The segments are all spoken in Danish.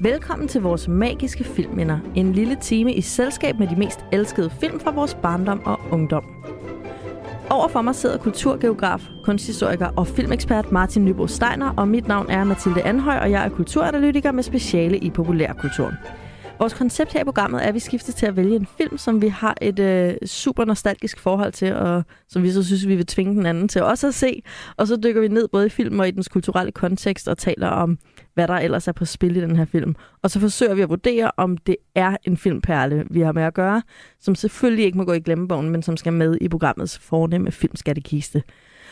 Velkommen til vores magiske filmminder. En lille time i selskab med de mest elskede film fra vores barndom og ungdom. Overfor mig sidder kulturgeograf, kunsthistoriker og filmekspert Martin Nybo Steiner, og mit navn er Mathilde Anhøj, og jeg er kulturanalytiker med speciale i populærkulturen. Vores koncept her i programmet er, at vi skifter til at vælge en film, som vi har et super nostalgisk forhold til, og som vi så synes, vi vil tvinge den anden til også at se. Og så dykker vi ned både i filmen og i dens kulturelle kontekst og taler om, hvad der ellers er på spil i den her film. Og så forsøger vi at vurdere, om det er en filmperle, vi har med at gøre, som selvfølgelig ikke må gå i glemmebogen, men som skal med i programmets fornemme filmskattekiste.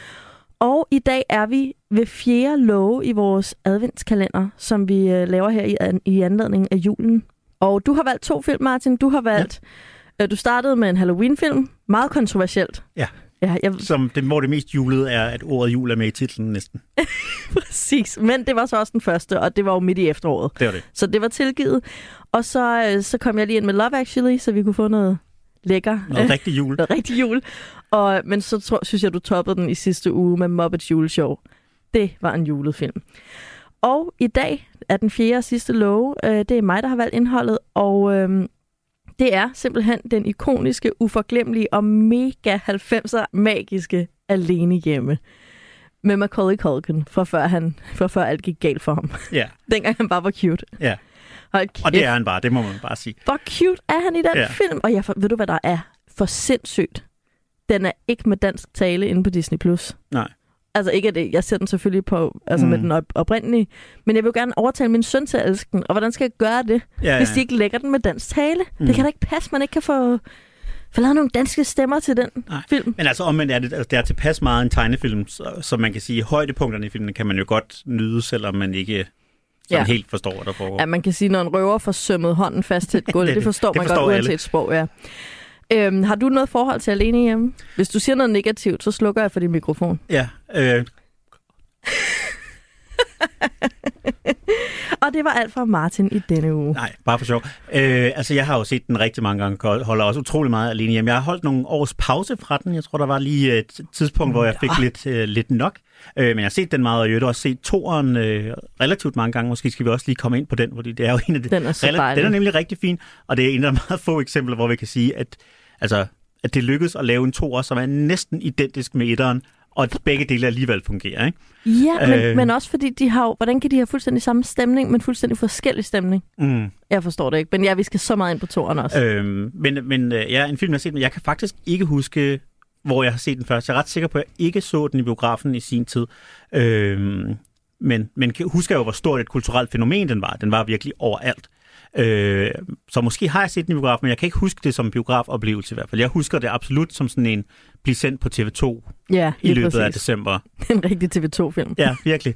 Og i dag er vi ved 4. låge i vores adventskalender, som vi laver her i anledning af julen. Og du har valgt 2 film, Martin. Du har valgt... Ja. Du startede med en Halloween-film. Meget kontroversielt. Ja. Hvor det mest julede er, at ordet jul er med i titlen næsten. Præcis. Men det var så også den første, og det var jo midt i efteråret. Det var det. Så det var tilgivet. Og så kom jeg lige ind med Love Actually, så vi kunne få noget lækker. Noget rigtig jul. Noget rigtig jul. Men så synes jeg, du toppede den i sidste uge med Muppets juleshow. Det var en julet film. Og i dag er den 4. og sidste låge. Det er mig, der har valgt indholdet, og det er simpelthen den ikoniske, uforglemmelige og mega 90'er magiske Alene Hjemme med Macaulay Culkin, fra før alt gik galt for ham. Ja. Dengang han bare var cute. Ja. Og det er han bare, det må man bare sige. Hvor cute er han i den film? Og ved du, hvad der er for sindssygt? Den er ikke med dansk tale inde på Disney+. Nej. Altså ikke det. Jeg ser den selvfølgelig på med den oprindelige. Men jeg vil jo gerne overtale min søn til at elske den. Og hvordan skal jeg gøre det, hvis de ikke lægger den med dansk tale? Det kan da ikke passe, man ikke kan få lavet nogle danske stemmer til den film. Men altså omvendt er det er tilpas meget en tegnefilm, så man kan sige, at højdepunkterne i filmen kan man jo godt nyde, selvom man ikke helt forstår, hvad der foregår. Ja, man kan sige, når en røver får sømmet hånden fast til et gulv, det forstår man godt uanset sprog, ja. Har du noget forhold til Alene Hjemme? Hvis du siger noget negativt, så slukker jeg for din mikrofon. Ja. Og det var alt fra Martin i denne uge. Nej, bare for sjov. Altså, jeg har jo set den rigtig mange gange, og holder også utrolig meget Alene Hjemme. Jeg har holdt nogle års pause fra den. Jeg tror, der var lige et tidspunkt, hvor jeg fik lidt nok. Men jeg har set den meget, og jeg har også set 2'eren relativt mange gange. Måske skal vi også lige komme ind på den, fordi det er jo en af de... Den er nemlig rigtig fin, og det er en af de meget få eksempler, hvor vi kan sige, at det lykkedes at lave en 2'er, som er næsten identisk med 1'eren, og begge dele alligevel fungerer, ikke? Ja, men også fordi de har... Hvordan kan de have fuldstændig samme stemning, men fuldstændig forskellig stemning? Jeg forstår det ikke, men ja, vi skal så meget ind på 2'eren også. En film, jeg har set, men jeg kan faktisk ikke huske, hvor jeg har set den først. Jeg er ret sikker på, at jeg ikke så den i biografen i sin tid. Men husker jeg jo, hvor stort et kulturelt fænomen den var. Den var virkelig overalt. Så måske har jeg set den i biografen, men jeg kan ikke huske det som en biografoplevelse i hvert fald. Jeg husker det absolut som sådan en blive sendt på TV2 i løbet af december. En rigtig TV2-film. Ja, virkelig.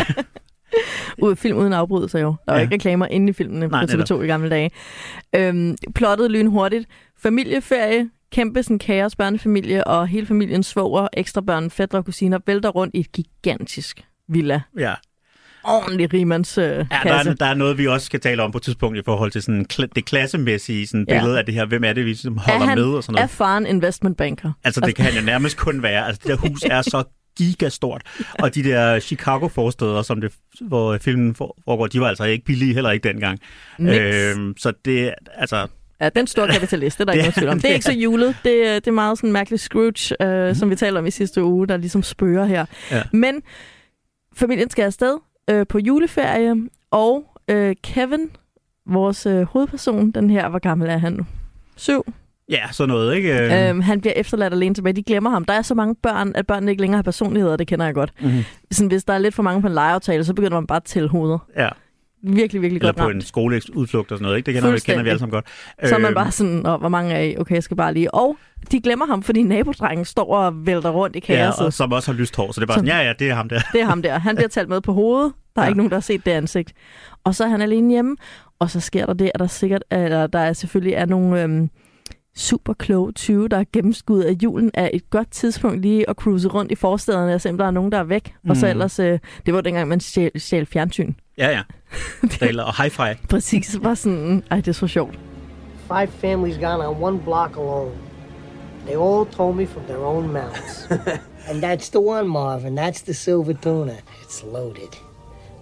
Film uden afbrydelser jo. Der var ikke reklamer inde i filmene på TV2 i gamle dage. Plottet lynhurtigt. Familieferie, kæmpe sådan kaos, børnefamilie og hele familiens svoger, ekstra børn, fætre og kusiner vælter rundt i et gigantisk villa. Ja. Ordentlig rigmandskasse. Der er noget, vi også skal tale om på et tidspunkt i forhold til sådan det klassemæssige sådan billede af det her. Hvem er det, vi ligesom holder med? Og sådan noget. Er faren investmentbanker? Altså, det kan han jo nærmest kun være. Altså, det der hus er så gigastort. Og de der Chicago-forsteder, hvor filmen foregår, de var altså ikke billige, heller ikke dengang. Så det altså... Ja, den store kapitalist, det er der ikke noget tvivl om. Det er ikke så julet. Det er meget sådan en mærkelig Scrooge, som vi talte om i sidste uge, der ligesom spørger her. Ja. Men familien skal afsted på juleferie, og Kevin, vores hovedperson, den her, hvor gammel er han nu? 7? Ja, sådan noget, ikke? Han bliver efterladt alene tilbage. De glemmer ham. Der er så mange børn, at børnene ikke længere har personligheder, det kender jeg godt. Sådan, hvis der er lidt for mange på en legeaftale, så begynder man bare at tælle hoveder. Ja. Virkelig, virkelig godt ramt. Eller på en skoleudflugt og sådan noget, ikke? Det kender vi alle sammen godt. Så er man bare sådan, hvor mange er I? Okay, jeg skal bare lige... Og de glemmer ham, fordi nabodrengen står og vælter rundt i kaoset. Ja, og som også har lyst hår, så det er bare sådan, det er ham der. Det er ham der. Han bliver talt med på hovedet. Der er ikke nogen, der har set det ansigt. Og så er han alene hjemme, og så sker der det, at der selvfølgelig er nogle super kloge 20, der er gennemskuddet af julen, er et godt tidspunkt lige at cruise rundt i forstederne, og se, om der er nogen, der er væk. Og så ellers, det var dengang, man stjal fjernsyn. Ja. Og hi-fi. Præcis, bare sådan, det er så sjovt. 5 families gone on one block alone. They all told me from their own mouths. And that's the one, Marvin. That's the silver tuna. It's loaded.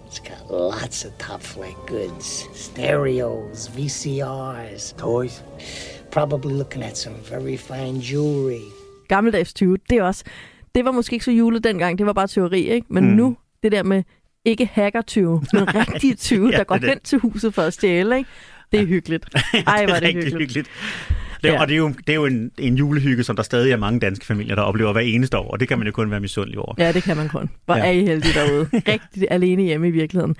It's got lots of top flight goods. Stereos, VCRs. Toys. Probably looking at some very fine jewelry. Gammeldags 20, det var måske ikke så julet dengang, det var bare teori, ikke? Men nu, det der med ikke hacker-tyve, men rigtige 20, der går hen til huset for at stjæle, ikke? Det er hyggeligt. Ej, hvor er det hyggeligt. Og det er jo en julehygge, som der stadig er mange danske familier, der oplever hver eneste år, og det kan man jo kun være misundelig over. Ja, det kan man kun. Hvor er I heldige derude. Rigtig alene hjemme i virkeligheden.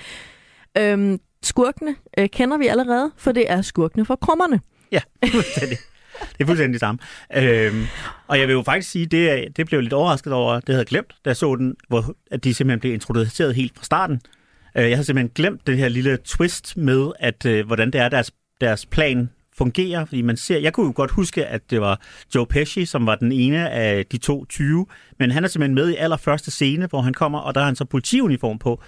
Skurkene kender vi allerede, for det er skurkene fra Krummerne. Ja, fuldstændig. Det er fuldstændig det samme. Og jeg vil jo faktisk sige, det blev jeg lidt overrasket over, det havde jeg glemt, da jeg så den, at de simpelthen blev introduceret helt fra starten. Jeg havde simpelthen glemt det her lille twist med, at hvordan det er, deres plan fungerer, fordi jeg kunne jo godt huske, at det var Joe Pesci, som var den ene af de 20, men han er simpelthen med i allerførste scene, hvor han kommer, og der har han så politiuniform på.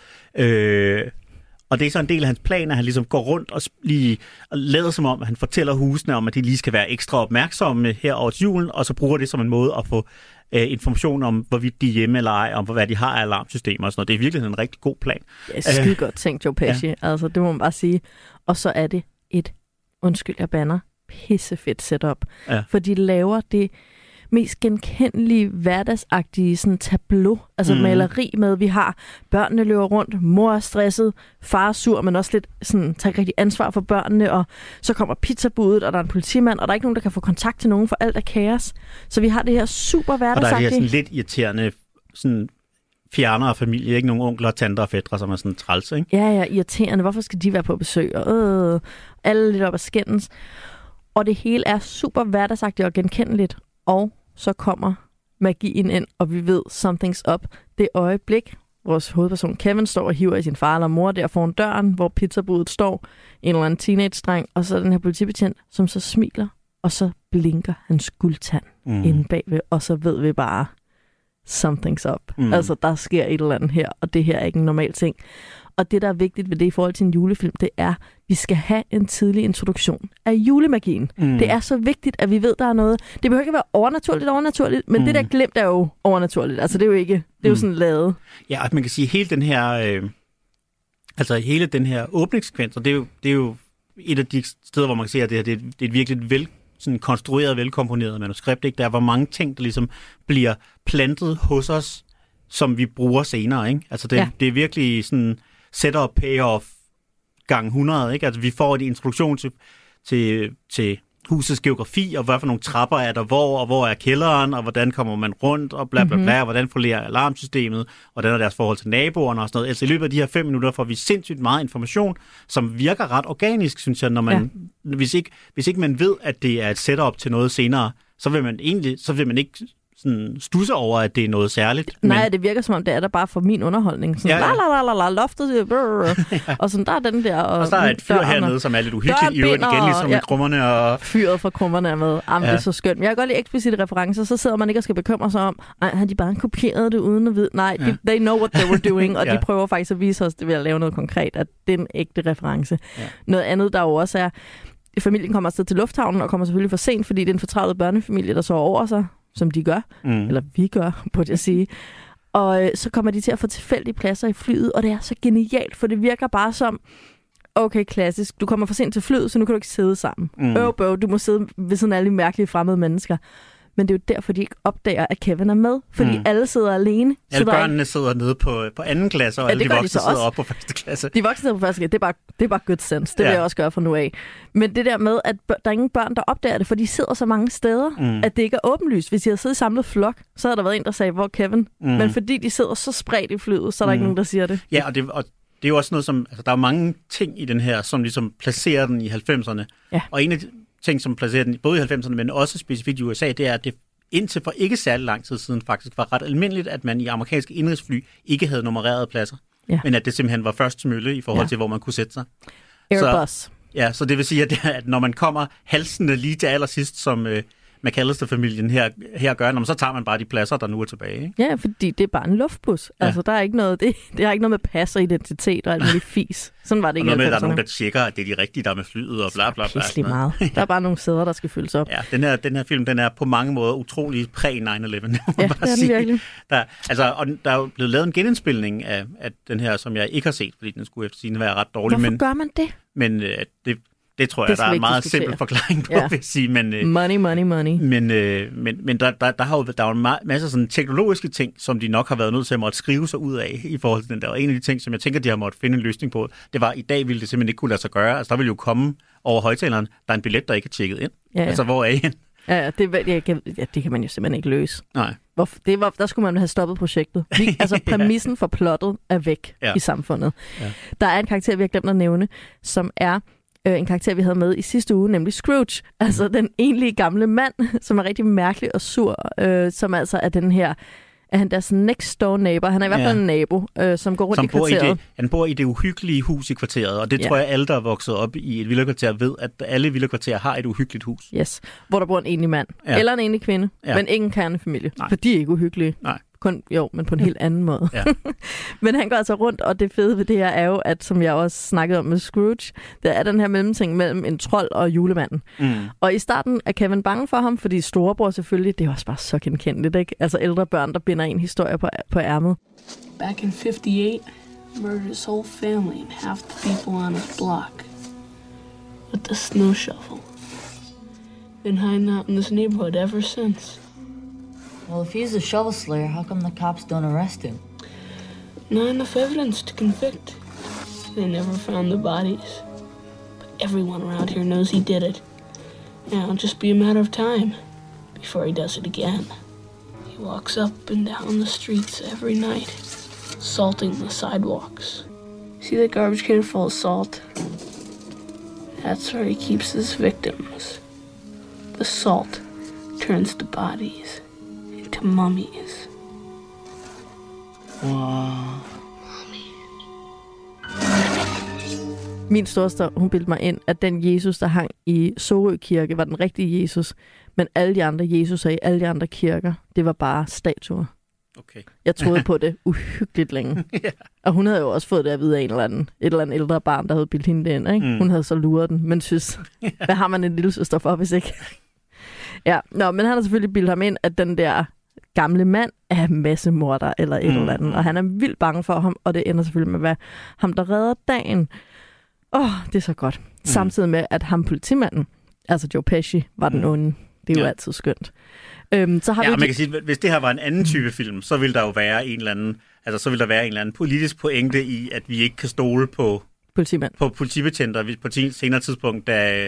Og det er så en del af hans plan, at han ligesom går rundt og lader som om, at han fortæller husene om, at de lige skal være ekstra opmærksomme her over julen, og så bruger det som en måde at få information om, hvorvidt de er hjemme eller ej, om hvad de har af alarmsystemer og sådan noget. Det er virkelig en rigtig god plan. Ja, skide godt tænkt, Joe Pesci. Ja. Altså, det må man bare sige. Og så er det et, undskyld jeg banner, pissefedt setup. Ja. For de laver det mest genkendelige, hverdagsagtige sådan tableau, altså maleri med, vi har børnene løber rundt, mor er stresset, far er sur, men også lidt sådan, tager rigtig ansvar for børnene, og så kommer pizzabudet, og der er en politimand, og der er ikke nogen, der kan få kontakt til nogen, for alt er kaos. Så vi har det her super hverdagsagtige. Og der er det her sådan lidt irriterende sådan fjerner af familie, ikke nogen onkler, tanter og fætre, som er sådan træls, ikke? Ja, irriterende. Hvorfor skal de være på besøg? Og alle lidt op at skændes. Og det hele er super hverdagsagtigt og genkendeligt, og så kommer magien ind, og vi ved, something's up. Det øjeblik, vores hovedperson Kevin står og hiver i sin far eller mor der foran døren, hvor pizzabudet står, en eller anden teenage-dreng, og så den her politibetjent, som så smiler, og så blinker hans guldtand inde bagved, og så ved vi bare, something's up. Altså, der sker et eller andet her, og det her er ikke en normal ting. Og det, der er vigtigt ved det i forhold til en julefilm, det er, at vi skal have en tidlig introduktion af julemagien. Det er så vigtigt, at vi ved, der er noget. Det behøver ikke være overnaturligt, men det der glemt er jo overnaturligt. Altså, det er jo ikke, det er jo sådan lavet. Ja, og man kan sige, hele den her åbningssekvens, og det er jo et af de steder, hvor man kan se, at det er et virkelig sådan konstrueret, velkomponeret manuskript, ikke? Der er hvor mange ting, der ligesom bliver plantet hos os, som vi bruger senere, ikke? Altså, det er virkelig sådan setup, payoff gang 100, ikke? Altså, vi får en introduktion til husets geografi, og hvad for nogle trapper er der og hvor er kælderen, og hvordan kommer man rundt, og bla bla bla, og hvordan fungerer alarmsystemet, og hvordan er deres forhold til naboerne og sådan noget. Altså, i løbet af de her 5 minutter får vi sindssygt meget information, som virker ret organisk, synes jeg, når man, hvis ikke man ved, at det er et setup til noget senere, så vil man ikke sådan studse over, at det er noget særligt. Nej, det virker som om, det er der bare for min underholdning. Sådan, loftet, og sådan, der er den der. Og så er et fyr hernede, som er lidt uhyggelig, i øvrigt igen, ligesom med Krummerne. Og fyret fra Krummerne er med. Det er så skønt. Men jeg kan godt lide eksplicite referencer, så sidder man ikke og skal bekymre sig om, har de bare kopieret det uden at vide? Nej, they know what they were doing, og de prøver faktisk at vise os, det ved at lave noget konkret, at det er en ægte reference. Ja. Noget andet, der jo også er, familien kommer afsted til lufthavnen, og kommer selvfølgelig for sent, fordi det er en fortravlet børnefamilie, der sover over sig, som de gør, eller vi gør, på det at sige. Og så kommer de til at få tilfældige pladser i flyet, og det er så genialt, for det virker bare som, okay, klassisk, du kommer for sent til flyet, så nu kan du ikke sidde sammen. Du må sidde ved sådan alle de mærkelige fremmede mennesker. Men det er jo derfor, de ikke opdager, at Kevin er med. Fordi alle sidder alene. Alle børnene sidder nede på anden klasse, og alle de voksne sidder oppe på første klasse. De voksne sidder på første klasse. Det er bare good sense. Det vil jeg også gøre fra nu af. Men det der med, at der er ingen børn, der opdager det, for de sidder så mange steder, at det ikke er åbenlyst. Hvis de havde siddet i samlet flok, så havde der været en, der sagde, hvor Kevin? Men fordi de sidder så spredt i flyet, så er der ikke nogen, der siger det. Ja, og det er jo også noget, som... Altså, der er mange ting i den her, som ligesom placerer den i 90'erne. Ja. Og en af de ting, som placerer den både i 90'erne, men også specifikt i USA, det er, at det indtil for ikke særlig lang tid siden faktisk var ret almindeligt, at man i amerikanske indrigsfly ikke havde nummererede pladser. Ja. Men at det simpelthen var først til mølle i forhold til, hvor man kunne sætte sig. Airbus. Så det vil sige, at når man kommer halsende lige til allersidst som McAllister-familien her gør, så tager man bare de pladser, der nu er tilbage. Ikke? Ja, fordi det er bare en luftbus. Ja. Altså, der er ikke noget, det har ikke noget med pas og identitet og alt muligt fis. Sådan var det ikke. Og noget med, at der er nogen, der tjekker, at det er de rigtige, der er med flyet og bla bla bla. Pisselig meget. Der er bare nogle sæder, der skal fyldes op. Ja, den her film, den er på mange måder utrolig præ-9/11. Ja, det er den virkelig. Der er jo blevet lavet en genindspilning af den her, som jeg ikke har set, fordi den skulle efter sigende være ret dårlig. Hvorfor gør man det? Men det tror jeg, der er en meget simpel forklaring på, vil jeg sige. Men, money. Men der har jo en masse sådan teknologiske ting, som de nok har været nødt til at måtte skrive sig ud af i forhold til den der. Og en af de ting, som jeg tænker, de har måttet finde en løsning på, det var, i dag ville det simpelthen ikke kunne lade sig gøre. Altså, der ville jo komme over højtaleren, der er en billet, der ikke er tjekket ind. Ja. Altså, hvor er I hen? Ja, det kan man jo simpelthen ikke løse. Nej. Der skulle man have stoppet projektet. Altså, præmissen for plottet er væk i samfundet. Ja. Der er en karakter, vi har glemt at nævne, som er en karakter, vi havde med i sidste uge, nemlig Scrooge. Altså den egentlige gamle mand, som er rigtig mærkelig og sur, som altså er den her, er han deres next door neighbor. Han er i hvert fald en nabo, som går rundt i kvarteret. Han bor i det uhyggelige hus i kvarteret, og det tror jeg, alle, der er vokset op i et villakvarter, ved, at alle villakvarterer har et uhyggeligt hus. Yes, hvor der bor en enlig mand, eller en enlig kvinde, men ingen kernefamilie, for de er ikke uhyggelige. Nej. Men på en helt anden måde. Ja. Men han går altså rundt, og det fede ved det her er jo, at som jeg også snakkede om med Scrooge, der er den her mellemting mellem en trold og julemanden. Og i starten er Kevin bange for ham, fordi storebror selvfølgelig, det er også bare så genkendeligt, ikke? Altså ældre børn, der binder en historie på ærmet. Back in 58, murdered his whole family and half the people on his block with the snow shovel. Been hiding out in this neighborhood ever since. Well, if he's a shovel slayer, how come the cops don't arrest him? Not enough evidence to convict. They never found the bodies. But everyone around here knows he did it. And it'll just be a matter of time before he does it again. He walks up and down the streets every night, salting the sidewalks. See that garbage can full of salt? That's where he keeps his victims. The salt turns the bodies to mummies. Wow. Min storesøster, hun bildte mig ind, at den Jesus, der hang i Sorø Kirke, var den rigtige Jesus. Men alle de andre Jesuser i alle de andre kirker, det var bare statuer. Okay. Jeg troede på det uhyggeligt længe. Yeah. Og hun havde jo også fået det at vide af et eller andet ældre barn, der havde bildt hende det ind. Ikke? Hun havde så luret den, men synes, hvad har man en lille søster for, hvis ikke? Ja, men han har selvfølgelig bildt ham ind, at den der gamle mand er massemorder eller et eller andet. Og han er vildt bange for ham, og det ender selvfølgelig med at være ham, der redder dagen. Det er så godt. Samtidig med, at ham politimanden, altså Joe Pesci, var den onde. Det er jo altid skønt. Så har vi man kan sige, hvis det her var en anden type film, så ville der jo være en eller anden, politisk pointe i, at vi ikke kan stole på politibetjenter på et senere tidspunkt, da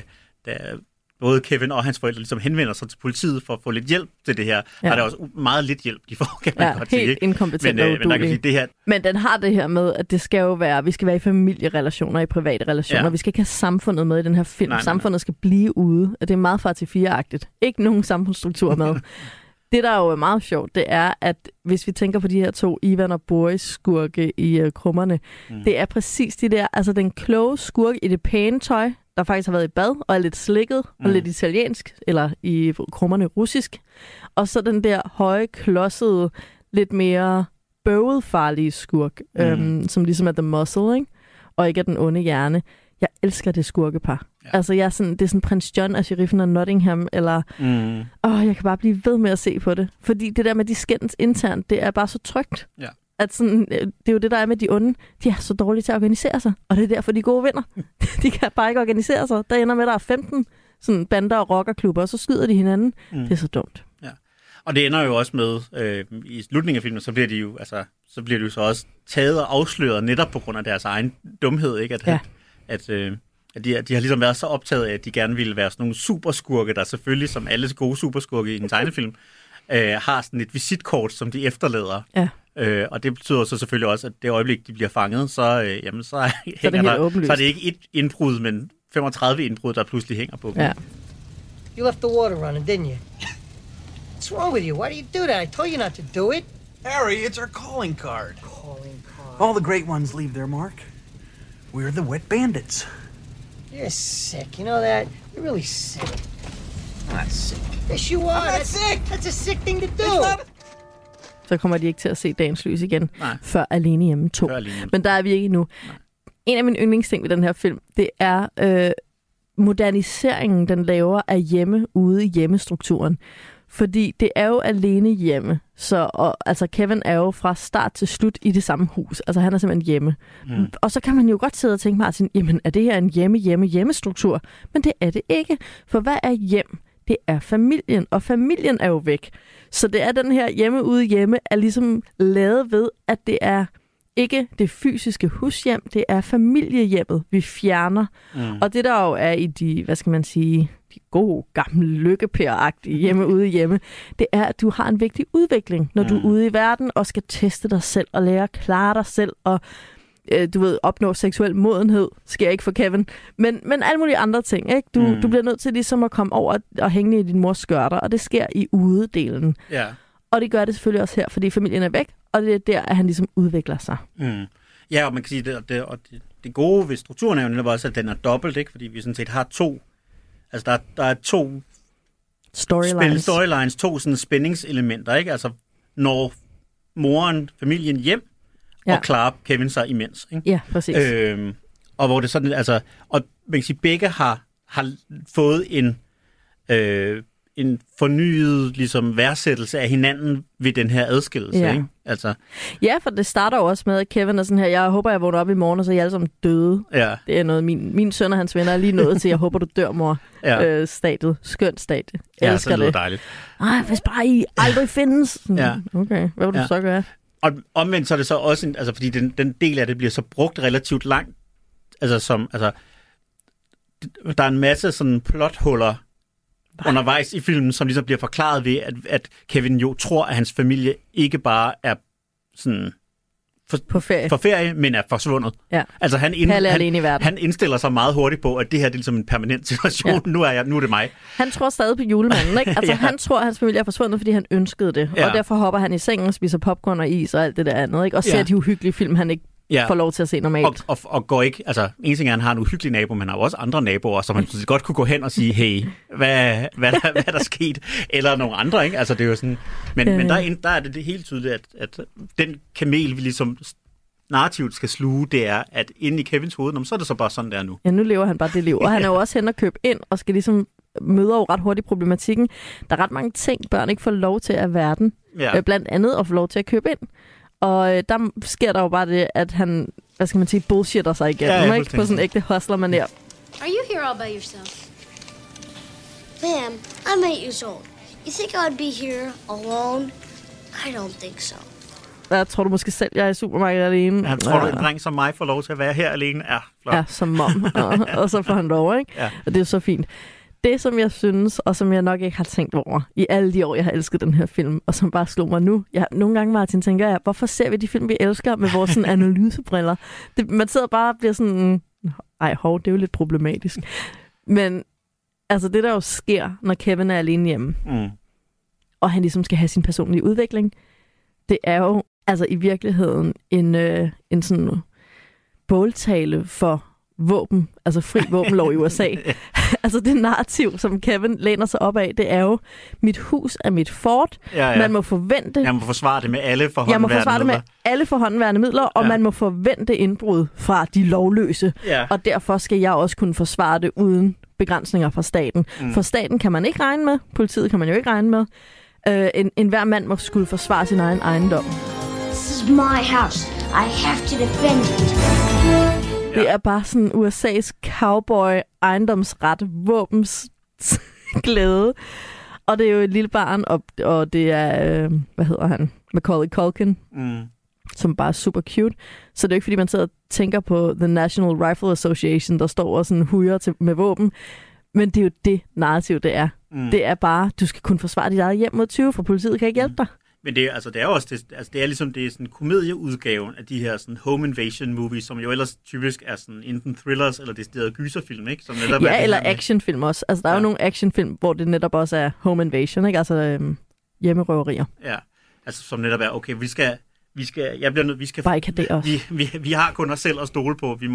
både Kevin og hans forældre ligesom henvender sig til politiet for at få lidt hjælp til det her. Ja. Der er også meget lidt hjælp, de får, kan man godt sige. Helt inkompetent og uduelig. Men den har det her med, at det skal jo være, vi skal være i familierelationer, i private relationer. Ja. Vi skal ikke have samfundet med i den her film. Nej. Samfundet skal blive ude. Det er meget far til 4-agtigt. Ikke nogen samfundsstruktur med. Det, der jo er meget sjovt, det er, at hvis vi tænker på de her to Ivan og Boris skurke i Krummerne, det er præcis de der, altså den kloge skurk i det pæne tøj, der faktisk har været i bad, og er lidt slikket, og lidt italiensk, eller i Krummerne russisk. Og så den der høje, klodsede, lidt mere bøvet-farlige skurk, som ligesom er The Muscle, ikke? Og ikke er den onde hjerne. Jeg elsker det skurkepar. Ja. Altså, det er sådan Prins John af sheriffen af Nottingham, eller... jeg kan bare blive ved med at se på det. Fordi det der med de skændes internt, det er bare så trygt. Ja. At sådan, det er jo det, der er med de onde. De er så dårlige til at organisere sig, og det er derfor, de gode vinder. De kan bare ikke organisere sig. Der ender med, at der er 15 sådan bander og rockerklubber, og så skyder de hinanden. Det er så dumt. Ja. Og det ender jo også med, i slutningen af filmen, så bliver de jo så også taget og afsløret netop på grund af deres egen dumhed, ikke? At de har ligesom været så optaget af, at de gerne ville være sådan nogle superskurke, der selvfølgelig, som alle gode superskurke i en tegnefilm, har sådan et visitkort, som de efterlader. Ja. Og det betyder så selvfølgelig også, at det øjeblik, de bliver fanget, så er det ikke et indbrud, men 35 indbrud, der pludselig hænger på dem. Ja. You left the water running, didn't you? What's wrong with you? Why do you do that? I told you not to do it. Harry, it's our calling card. Calling card. All the great ones leave their mark. We're the wet bandits. You're sick. You know that? You're really sick. I'm not sick. Yes, you are. I'm not sick. That's a sick thing to do. Så kommer de ikke til at se dagens lys igen, Nej. før Alene Hjemme 2. Men der er vi ikke endnu. Nej. En af mine yndlingsting ved den her film, det er moderniseringen, den laver af hjemmestrukturen. Fordi det er jo alene hjemme. Altså Kevin er jo fra start til slut i det samme hus. Altså han er simpelthen hjemme. Mm. Og så kan man jo godt sidde og tænke, Martin, jamen er det her en hjemmestruktur? Men det er det ikke. For hvad er hjem? Det er familien, og familien er jo væk. Så det er den her hjemme er ligesom lavet ved, at det er ikke det fysiske hushjem, det er familiehjemmet, vi fjerner. Mm. Og det der jo er i de, hvad skal man sige, de gode, gamle, lykkepæragtige hjemme, det er, at du har en vigtig udvikling, når du er ude i verden og skal teste dig selv og lære at klare dig selv og du ved, opnå seksuel modenhed, sker ikke for Kevin, men alle mulige andre ting, ikke? Du bliver nødt til ligesom at komme over og hænge i din mors skørter, og det sker i udedelen. Ja. Og det gør det selvfølgelig også her, fordi familien er væk, og det er der, at han ligesom udvikler sig. Mm. Ja, og man kan sige, det gode ved strukturen er jo netop også, at den er dobbelt, ikke? Fordi vi sådan set har to, altså der er to storylines, to sådan spændingselementer, ikke? Altså, når moren, familien hjem, og klarer Kevin sig imens, ikke? Ja, præcis. Og hvor det sådan, altså, og man kan sige, begge har fået en fornyet ligesom værdsættelse af hinanden ved den her adskillelse, ikke? Altså. Ja, for det starter jo også med, at Kevin er sådan her, jeg håber, jeg vågner op i morgen, og så er I alle sammen døde. Ja. Det er noget, min søn og hans venner er lige nået til, jeg håber, du dør, mor. Stadiet. Skønt stadie. Jeg elsker det. Ja, det dejligt. Ej, hvis bare I aldrig findes. Ja. Okay, hvad vil du så gøre? Og omvendt så er det så også, altså fordi den del af det bliver så brugt relativt langt, der er en masse sådan plothuller undervejs i filmen, som ligesom bliver forklaret ved, at Kevin jo tror, at hans familie ikke bare er sådan på ferie, men er forsvundet. Ja. Altså han indstiller sig meget hurtigt på, at det her det er ligesom en permanent situation. Ja. Nu er det mig. Han tror stadig på julemanden, ikke? Altså han tror, at hans familie er forsvundet, fordi han ønskede det. Ja. Og derfor hopper han i sengen og spiser popcorn og is og alt det der andet, ikke? Og ser de uhyggelige film, han ikke får lov til at se normalt. Og går ikke, altså en ting er, at han har en uhyggelig nabo, men han har jo også andre naboer, som han godt kunne gå hen og sige, hey, hvad er der sket? Eller nogle andre, ikke? Altså det er jo sådan, men der er det helt tydeligt, at den kamel, vi ligesom narrativt skal sluge, det er, at inde i Kevins hoved, så er det så bare sådan, der nu. Ja, nu lever han bare det liv. Og han er jo også hen og købe ind, og skal ligesom møder jo ret hurtigt problematikken. Der er ret mange ting, børn ikke får lov til af verden. Ja. Blandt andet at få lov til at købe ind. Og der sker der jo bare det, at han, hvad skal man sige, bullshitter sig igennem, ikke? På sådan en ægte hustler-manér. Are you here all by yourself? Ma'am, I'm 8 years old. You think I would be here alone? I don't think so. Jeg tror du måske selv, jeg er i supermarkedet alene. Jeg tror, du en dreng som mig får lov til at være her alene. Ja, flot. Ja, som mom. og så får han lov, ikke? Ja. Og det er så fint. Det, som jeg synes, og som jeg nok ikke har tænkt over i alle de år, jeg har elsket den her film, og som bare slog mig nu. Nogle gange, Martin, tænker jeg, hvorfor ser vi de film, vi elsker, med vores sådan, analysebriller? Man sidder bare og bliver sådan, det er jo lidt problematisk. Men altså det, der jo sker, når Kevin er alene hjemme, og han ligesom skal have sin personlige udvikling, det er jo altså i virkeligheden en sådan båltale for våben, altså fri våbenlov i USA. Altså det narrativ, som Kevin læner sig op af, det er jo, mit hus er mit fort. Ja. Man må forvente... Jeg må forsvare det med alle forhåndenværende midler, og man må forvente indbrud fra de lovløse. Ja. Og derfor skal jeg også kunne forsvare det uden begrænsninger fra staten. For staten kan man ikke regne med, politiet kan man jo ikke regne med. En hver mand må skulle forsvare sin egen ejendom. This is my house. I have to defend it. Det er bare sådan USA's cowboy ejendomsret våbens glæde. Og det er jo et lille barn, og det er, hvad hedder han? Macaulay Culkin, som bare er super cute. Så det er jo ikke, fordi man sidder og tænker på The National Rifle Association, der står og sådan hujer med våben. Men det er jo det narrativ, det er. Det er bare, du skal kunne forsvare dit eget hjem mod 20, for politiet kan ikke hjælpe dig. Men det er jo også det er ligesom det er sådan komedieudgaven af de her sådan home invasion movies, som jo ellers typisk er sådan enten thrillers eller deciderede gyserfilm, ikke? Som netop eller actionfilm også. Altså der er jo nogle actionfilm, hvor det netop også er home invasion, ikke? Altså hjemmerøverier. Ja. Altså som netop er vi skal barrikadere os. Vi har kun os selv at stole på.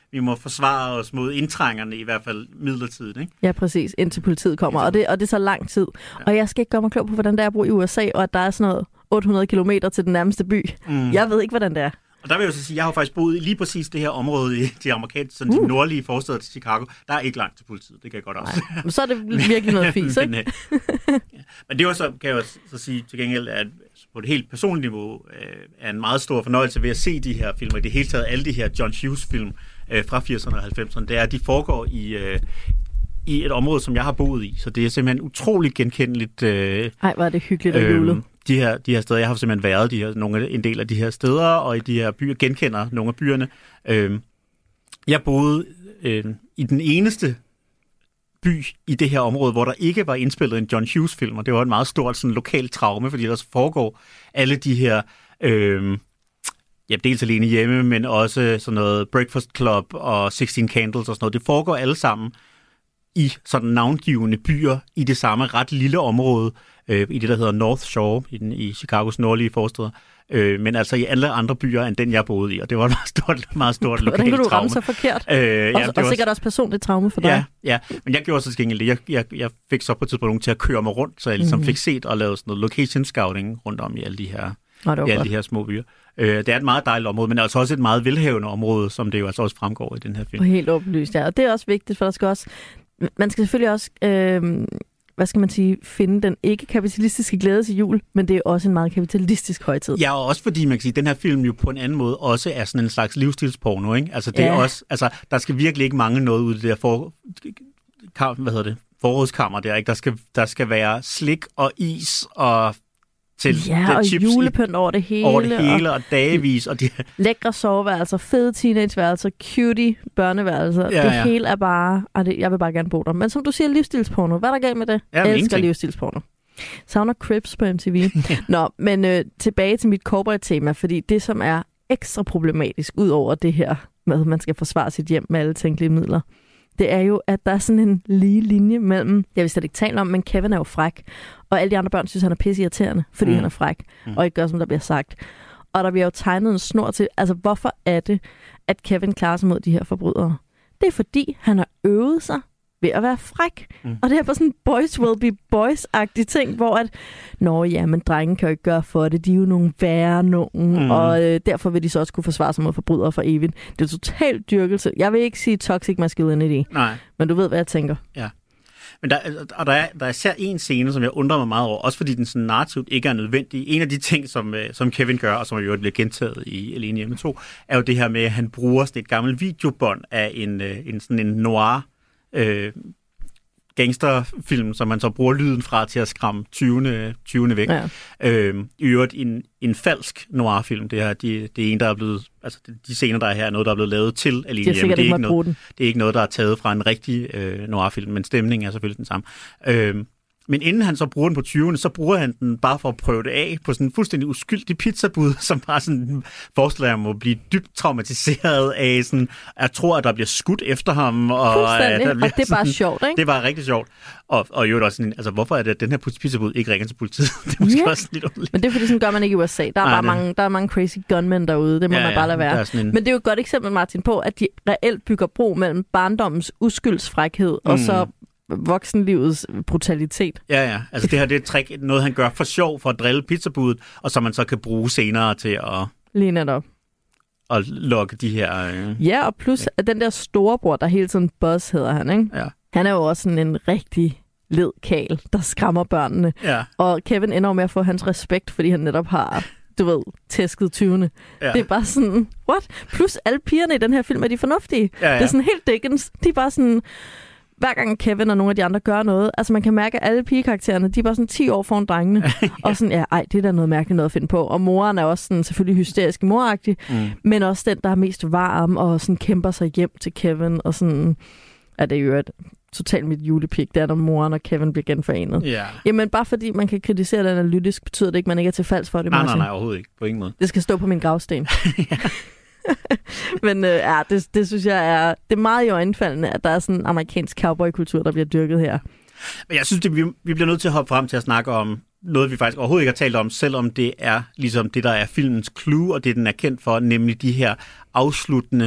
vi må forsvare os mod indtrængerne, i hvert fald midlertidigt, ikke? Ja, præcis, indtil politiet kommer, og det så lang tid. Ja. Og jeg skal ikke gøre mig klog på, hvordan det er at bo i USA, og at der er sådan noget 800 kilometer til den nærmeste by. Jeg ved ikke, hvordan det er. Og der vil jeg jo så sige, jeg har faktisk boet i lige præcis det her område i de amerikanske, sådan de nordlige forsteder til Chicago. Der er ikke langt til politiet, det kan jeg godt også. Men så er det virkelig noget fis, ikke? Men det er også, kan jeg også så sige til gengæld, at på et helt personligt niveau er en meget stor fornøjelse ved at se de her film, og i det hele taget alle de her John Hughes-film fra 80'erne og 90'erne, det er, at de foregår i et område, som jeg har boet i. Så det er simpelthen utroligt genkendeligt. Ej, hvor er det hyggeligt og julet. De her steder, jeg har simpelthen været en del af de her steder, og i de her byer, genkender nogle af byerne. Jeg boede i den eneste by i det her område, hvor der ikke var indspillet en John Hughes-film, og det var et meget stort sådan, lokalt traume, fordi der foregår alle de her, dels Alene Hjemme, men også sådan noget Breakfast Club og 16 Candles og sådan noget. Det foregår alle sammen i sådan navngivende byer i det samme ret lille område, i det, der hedder North Shore, i Chicagos nordlige forsteder. Men altså i alle andre byer end den, jeg boede i, og det var et meget stort lokalt traume. Hvordan kan du ramme så forkert? Og sikkert også personligt traume for dig. Ja, men jeg gjorde så til gengæld jeg fik så på et tidspunkt nogen til at køre mig rundt, så jeg ligesom fik set og lavet sådan noget location scouting rundt om i alle de her små byer. Det er et meget dejligt område, men altså også et meget velhavende område, som det jo altså også fremgår i den her film. Og helt åbenlyst, ja. Og det er også vigtigt, for der skal også... Man skal selvfølgelig også... finde den ikke-kapitalistiske glæde til jul, men det er også en meget kapitalistisk højtid. Ja, og også fordi, man kan sige, at den her film jo på en anden måde også er sådan en slags livsstilsporno, ikke? Altså, det er også, altså, der skal virkelig ikke mangle noget ud af det der forrådskammer der, ikke? Der skal være slik og is og og chips julepynt over det hele. Og dagevis. Og de... Lækre soveværelser, fede teenageværelser, cutie børneværelser. Det hele er bare... jeg vil bare gerne bo der. Men som du siger, livsstilsporno. Hvad er der galt med det? Jeg elsker livsstilsporno. Savner Crips på MTV. Nå, men tilbage til mit corporate-tema, fordi det, som er ekstra problematisk, ud over det her med, at man skal forsvare sit hjem med alle tænkelige midler, det er jo, at der er sådan en lige linje mellem, jeg vil slet ikke tale om, men Kevin er jo fræk, og alle de andre børn synes, han er pisseirriterende, fordi han er fræk, og ikke gør, som der bliver sagt. Og der bliver jo tegnet en snor til, altså hvorfor er det, at Kevin klarer sig mod de her forbrydere? Det er fordi, han har øvet sig ved at være fræk. Og det er bare sådan en boys will be boys-agtig ting, hvor at, men drengen kan jo ikke gøre for det, de er jo nogle værre nogen, og derfor vil de så også kunne forsvare sig mod forbrydere for evigt. Det er totalt dyrkelse. Jeg vil ikke sige toxic masculinity, men du ved, hvad jeg tænker. Ja. Men der er især en scene, som jeg undrer mig meget over, også fordi den sådan narrativt ikke er nødvendig. En af de ting, som Kevin gør, og som jo bliver gentaget i Alene Hjemme 2, er jo det her med, at han bruger sådan et gammelt videobånd af en noir gangsterfilm, som man så bruger lyden fra til at skræmme 20'erne væk. Ja. I øvrigt en falsk noir-film. Det er en, der er blevet... Altså, de scener, der er her, er noget, der er blevet lavet til Alene Hjemme. Det er ikke noget, der er taget fra en rigtig noir-film, men stemningen er selvfølgelig den samme. Men inden han så bruger den på 20'erne, så bruger han den bare for at prøve det af på sådan en fuldstændig uskyldig pizzabud, som bare sådan forestiller ham at blive dybt traumatiseret af sådan, jeg tror, at der bliver skudt efter ham. Og det er bare sådan, sjovt, ikke? Det var rigtig sjovt. Og jo også sådan, altså hvorfor er det, at den her pizzabud ikke ringer til politiet? Det er måske også lidt underligt. Men det er fordi, sådan gør man ikke i USA. Der er mange crazy gunmen derude, det må man bare lade være. Men det er jo et godt eksempel, Martin, på, at de reelt bygger bro mellem barndommens uskyldsfrækhed og så voksenlivets brutalitet. Ja. Altså det her, det er et trick, noget han gør for sjov, for at drille pizzabudet, og som man så kan bruge senere til at... Lige netop. Og lokke de her... Ja, og plus at den der storebror, der hele tiden Buzz hedder han, ikke? Ja. Han er jo også sådan en rigtig led kæl, der skræmmer børnene. Ja. Og Kevin ender med at få hans respekt, fordi han netop har... tæsket 20'erne. Ja. Det er bare sådan, what? Plus alle pigerne i den her film er de fornuftige. Ja. Det er sådan helt Dickens. De er bare sådan... Hver gang Kevin og nogle af de andre gør noget, altså man kan mærke, at alle pigekaraktererne, de er bare sådan 10 år foran drengene. Og sådan, det er da noget mærkeligt noget at finde på. Og moren er også sådan, selvfølgelig hysterisk moragtig, men også den, der er mest varm og sådan kæmper sig hjem til Kevin. Og sådan, det er jo totalt mit julepik, det er, når moren og Kevin bliver genforenet. Yeah. Jamen bare fordi man kan kritisere det analytisk, betyder det ikke, at man ikke er til falds for det. Nej, overhovedet ikke. På ingen måde. Det skal stå på min gravsten. Men det synes jeg det er meget i øjenfaldende, at der er sådan en amerikansk cowboy-kultur, der bliver dyrket her. Men jeg synes, vi bliver nødt til at hoppe frem til at snakke om noget, vi faktisk overhovedet ikke har talt om, selvom det er ligesom det, der er filmens clue, og det, den er kendt for, nemlig de her afsluttende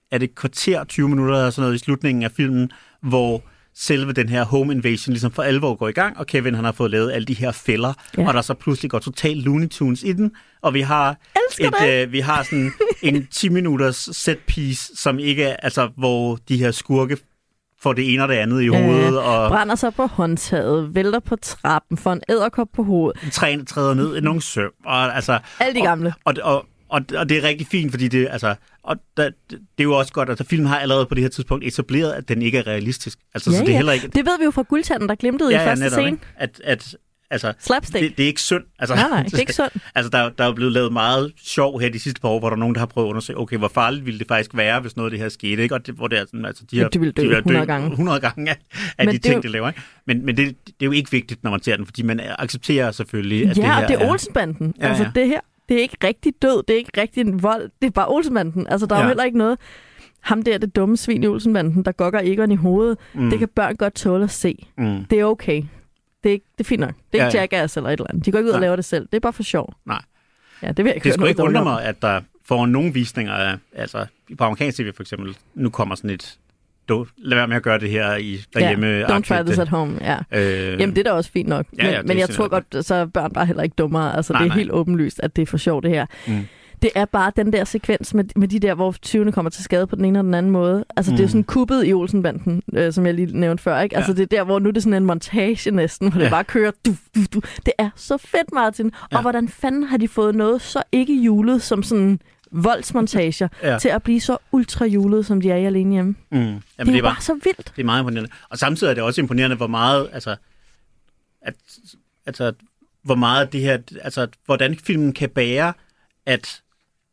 det kvarter, 20 minutter eller sådan noget i slutningen af filmen, hvor selve den her home invasion ligesom for alvor går i gang, og Kevin han har fået lavet alle de her fælder, og der så pludselig går totalt Looney Tunes i den, og vi har vi har sådan en 10 minutters set piece, som ikke er, altså hvor de her skurke får det ene og det andet i hovedet. Og brænder sig på håndtaget, vælter på trappen, får en edderkop på hovedet. Træen træder ned i nogle søm. Og, altså, alle de gamle. Og det er rigtig fint, fordi det, altså, det er jo også godt, at filmen har allerede på det her tidspunkt etableret, at den ikke er realistisk. Altså, så det er heller ikke. Det ved vi jo fra Guldtanden, der glimtede i første scene. Altså, slapstick. Det er ikke synd. Altså, nej, det er ikke synd. Altså, der er jo blevet lavet meget sjov her de sidste par år, hvor der er nogen, der har prøvet at undersøge, okay, hvor farligt ville det faktisk være, hvis noget af det her skete, ikke? Og hvor det er sådan, altså, de vil dø 100 gange. 100 gange af de ting, de laver, ikke? Men det er jo ikke vigtigt, når man ser den, fordi man accepterer selvfølgelig, at det her det er Olsenbanden. Ja, altså, det her, det er ikke rigtig død, det er ikke rigtig en vold, det er bare Olsenbanden. Altså, der er jo heller ikke noget. Ham der, det dumme svin i Olsenbanden, der gokker Egon i hovedet, det kan børn godt tåle at se. Det er okay. Det er fint nok. Det er ikke Jackass eller et eller andet. De går ikke ud og laver det selv. Det er bare for sjov. Nej. Ja, det vil jeg ikke det skulle ikke undre mig, at der får nogle visninger af, altså på amerikansk TV for eksempel, nu kommer sådan et, lad være med at gøre det her derhjemme. Don't try this at home. Ja. Jamen, det er da også fint nok. Men jeg tror godt, så er børn bare heller ikke dummere. Altså, det er helt åbenlyst, at det er for sjov, det her. Det er bare den der sekvens med de der, hvor 20'erne kommer til skade på den ene og den anden måde. Altså, det er jo sådan kuppet i Olsenbanden, som jeg lige nævnte før, ikke? Altså, det er der, hvor nu det er sådan en montage næsten, hvor det bare kører. Det er så fedt, Martin. Og hvordan fanden har de fået noget så ikke julet som sådan voldsmontager til at blive så ultra julet, som de er i Alene Hjemme? Jamen, det er bare så vildt. Det er meget imponerende. Og samtidig er det også imponerende, hvor meget, hvor meget det her, altså, hvordan filmen kan bære, at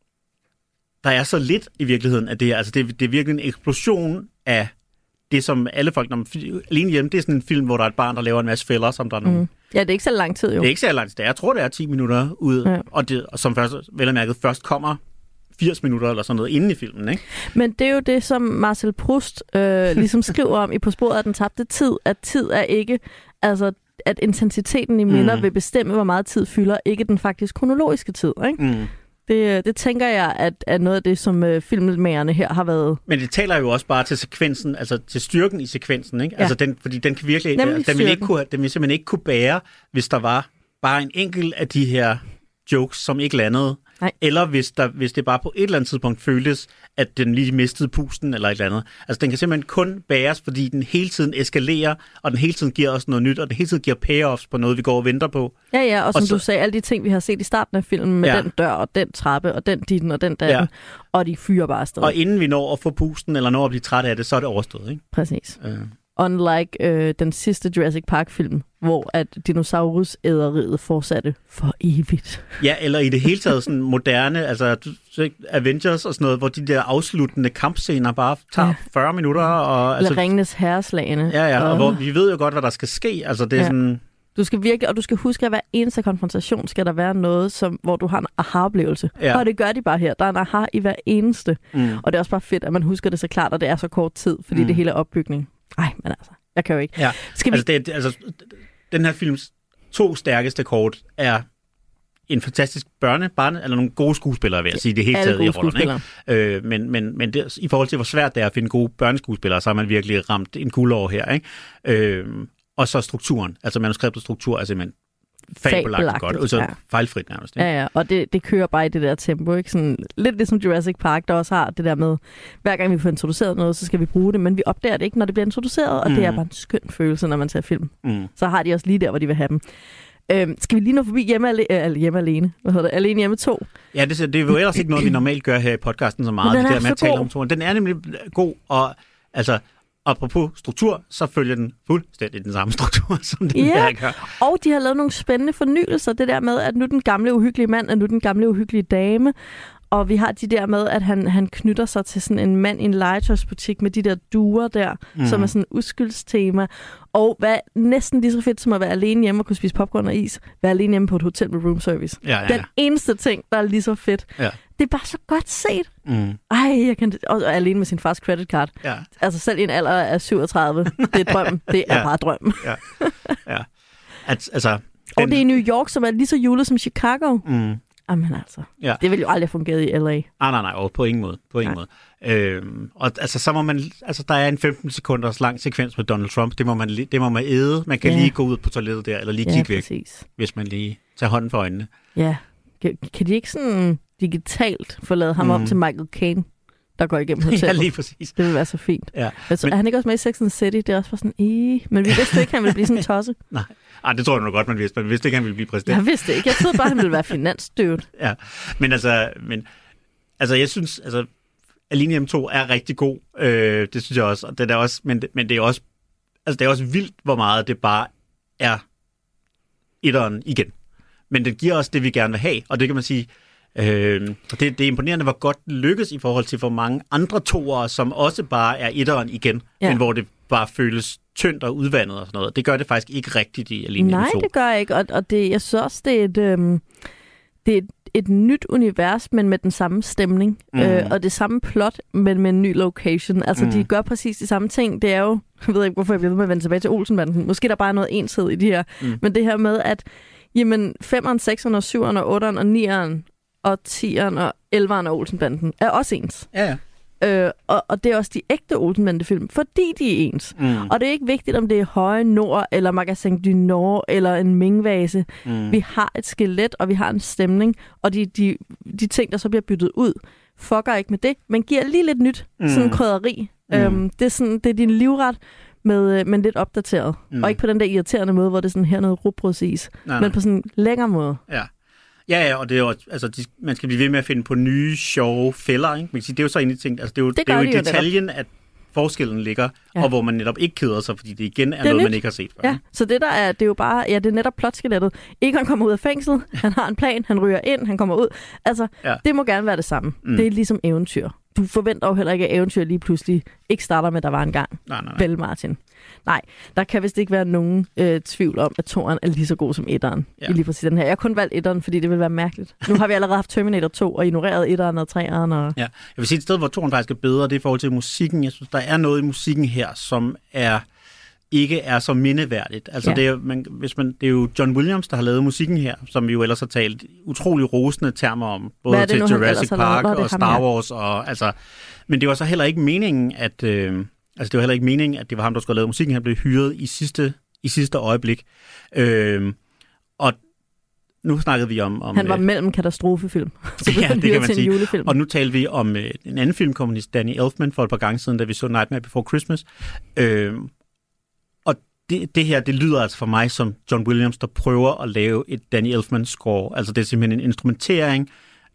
der er så lidt i virkeligheden af det her. Altså, det er virkelig en eksplosion af det, som alle folk... Alene Hjemme, det er sådan en film, hvor der er et barn, der laver en masse fælder, som der er nogen. Ja, det er ikke så lang tid, jo. Det er ikke så lang tid. Jeg tror, det er 10 minutter ud, og som vel mærket først kommer 80 minutter eller sådan noget inden i filmen, ikke? Men det er jo det, som Marcel Proust ligesom skriver om i På sporet af den tabte tid, at tid er ikke... Altså, at intensiteten i minder vil bestemme, hvor meget tid fylder, ikke den faktisk kronologiske tid, ikke? Det tænker jeg, at noget af det, som filmmagerne her har været... Men det taler jo også bare til sekvensen, altså til styrken i sekvensen, ikke? Ja. Altså fordi den kan virkelig... Den vil simpelthen ikke kunne bære, hvis der var bare en enkelt af de her jokes, som ikke landede. Nej. Eller hvis det bare på et eller andet tidspunkt føltes, at den lige mistede pusten eller et eller andet. Altså, den kan simpelthen kun bæres, fordi den hele tiden eskalerer, og den hele tiden giver os noget nyt, og den hele tiden giver payoffs på noget, vi går og venter på. Ja, og som du sagde, alle de ting, vi har set i starten af filmen, med den dør, og den trappe, og den ditten, og den datten, og de fyrer bare afsted. Og inden vi når at få pusten, eller når at blive træt af det, så er det overstået, ikke? Præcis. Unlike den sidste Jurassic Park-film, hvor at dinosaurus-æderiet fortsatte for evigt. Ja, eller i det hele taget sådan moderne, altså Avengers og sådan noget, hvor de der afsluttende kampscener bare tager 40 minutter. Og, eller Ringenes Herreslagene. Ja, og hvor vi ved jo godt, hvad der skal ske. Altså, det er sådan... Du skal virkelig, og du skal huske, at hver eneste konfrontation skal der være noget, hvor du har en aha-oplevelse. Ja. Og det gør de bare her. Der er en aha i hver eneste. Og det er også bare fedt, at man husker det så klart, og det er så kort tid, fordi det hele er opbygning. Nej, men altså, jeg kan jo ikke. Ja. Den her films 2 stærkeste kort er en fantastisk eller nogle gode skuespillere, vil jeg sige, det hele taget i rollerne. Men det, i forhold til, hvor svært det er at finde gode børneskuespillere, så har man virkelig ramt en guldår her, ikke? Og så strukturen, altså manuskriptets struktur er simpelthen fabelagtigt godt, og så fejlfrit nærmest. Ikke? Ja, og det kører bare i det der tempo, ikke? Sådan, lidt ligesom Jurassic Park, der også har det der med, hver gang vi får introduceret noget, så skal vi bruge det, men vi opdager det ikke, når det bliver introduceret, og det er bare en skøn følelse, når man ser film. Så har de også lige der, hvor de vil have dem. Skal vi lige nå forbi Hjemme Alene? Hvad hedder det? Alene Hjemme 2? Ja, det er jo ellers ikke noget, vi normalt gør her i podcasten så meget. Det der med at tale om 2. Den er nemlig god, og altså... Apropos struktur, så følger den fuldstændig den samme struktur, som den her gør. Og de har lavet nogle spændende fornyelser. Det der med, at nu den gamle uhyggelige mand er nu den gamle uhyggelige dame. Og vi har de der med, at han knytter sig til sådan en mand i en legetøjsbutik med de der duer der, som er sådan en uskyldstema. Og hvad næsten lige så fedt som at være alene hjemme og kunne spise popcorn og is, være alene hjemme på et hotel med room service. Ja. Den eneste ting, der er lige så fedt. Ja. Det er bare så godt set. Ej, jeg kan... Og alene med sin fars credit card. Ja. Altså selv i en alder af 37. Det er drømmen. Det er bare drømmen. Ja. Altså, og det er i New York, som er lige så julet som Chicago. Jamen altså, Ja. det ville jo aldrig have fungeret i L.A. Nej, på ingen måde. Og altså, så må man, altså, der er en 15 sekunders lang sekvens med Donald Trump. Det må man æde. Man kan lige gå ud på toilettet der, eller lige kigge væk, præcis. hvis man lige tager hånden for øjnene. Ja. Kan de ikke sådan digitalt få lavet ham om til Michael Caine, der går igennem hotellet? Ja, lige præcis. Det vil være så fint. Ja. Altså, er han ikke også med i Sex and the City? Det er også for sådan, men vi vidste ikke, han ville blive sådan en tosse. Nej. Det tror jeg nu godt, man vidste. Man vidste ikke, han ville blive præsident. Jeg vidste ikke. Jeg troede bare, han ville være finansstøvet. Ja, men jeg synes, altså, Alene M2 er rigtig god. Det synes jeg også. Og det er også, men det er også, altså, det er også vildt, hvor meget det bare er etteren igen. Men den giver også det, vi gerne vil have, og det kan man sige, det er imponerende, hvor godt det lykkes i forhold til for mange andre toere, som også bare er etteren igen, men hvor det bare føles tyndt og udvandet og sådan noget. Det gør det faktisk ikke rigtigt i Alene M2. Nej, det gør jeg ikke, og det, jeg synes også, det er et nyt univers, men med den samme stemning, og det samme plot, men med en ny location. Altså, de gør præcis de samme ting. Det er jo, jeg ved ikke, hvorfor jeg bliver ved med at vende tilbage til Olsenbanden. Måske der bare er noget enshed i de her. Men det her med, at jamen, 5'eren, 6'eren, 7'eren, 8'eren og 9'eren og 10'eren og 11'eren og Olsenbanden er også ens. Ja. Og det er også de ægte Olsenbande-film, fordi de er ens. Og det er ikke vigtigt, om det er Høje Nord, eller Magasin du Nord, eller en Ming-vase. Vi har et skelet, og vi har en stemning, og de ting, der så bliver byttet ud, fucker ikke med det, men giver lige lidt nyt, sådan krydderi. Det er din livret, men lidt opdateret. Og ikke på den der irriterende måde, hvor det er sådan her noget rugbrødsis, men på sådan en længere måde. Ja. Ja, og det er jo, altså, man skal blive ved med at finde på nye, sjove fælder, ikke? Man kan sige, det er jo så egentlig ting, altså det er jo i detaljen, at forskellen ligger, og hvor man netop ikke keder sig, fordi det igen er noget, man ikke har set før. Ja, så det er jo bare, det er netop plotskelettet. Egon kommer ud af fængslet, han har en plan, han ryger ind, han kommer ud. Altså, det må gerne være det samme. Det er ligesom eventyr. Du forventer jo heller ikke, at eventyr lige pludselig ikke starter med, at der var en gang. Nej. Vel, Martin. Nej, der kan vist ikke være nogen tvivl om, at toeren er lige så god som etteren. I lige præcis den her. Jeg har kun valgt etteren, fordi det vil være mærkeligt. Nu har vi allerede haft Terminator 2 og ignoreret etteren og treeren. Og... Ja, jeg vil sige et sted, hvor toeren faktisk er bedre, det er i forhold til musikken. Jeg synes, der er noget i musikken her, som ikke er så mindeværdigt. Altså, det er jo John Williams, der har lavet musikken her, som vi jo ellers har talt utrolig rosende termer om, både til Jurassic Park og Star Wars. Og, altså, men det var så heller ikke meningen, at det var ham, der skulle have lavet musikken. Han blev hyret i sidste øjeblik. Og nu snakkede vi om han var mellem katastrofefilm. Så ja, det kan man sige. Julefilm. Og nu talte vi om en anden filmkomponist, Danny Elfman, for et par gange siden, da vi så Nightmare Before Christmas. Og det her, det lyder altså for mig som John Williams, der prøver at lave et Danny Elfman-score. Altså det er simpelthen en instrumentering,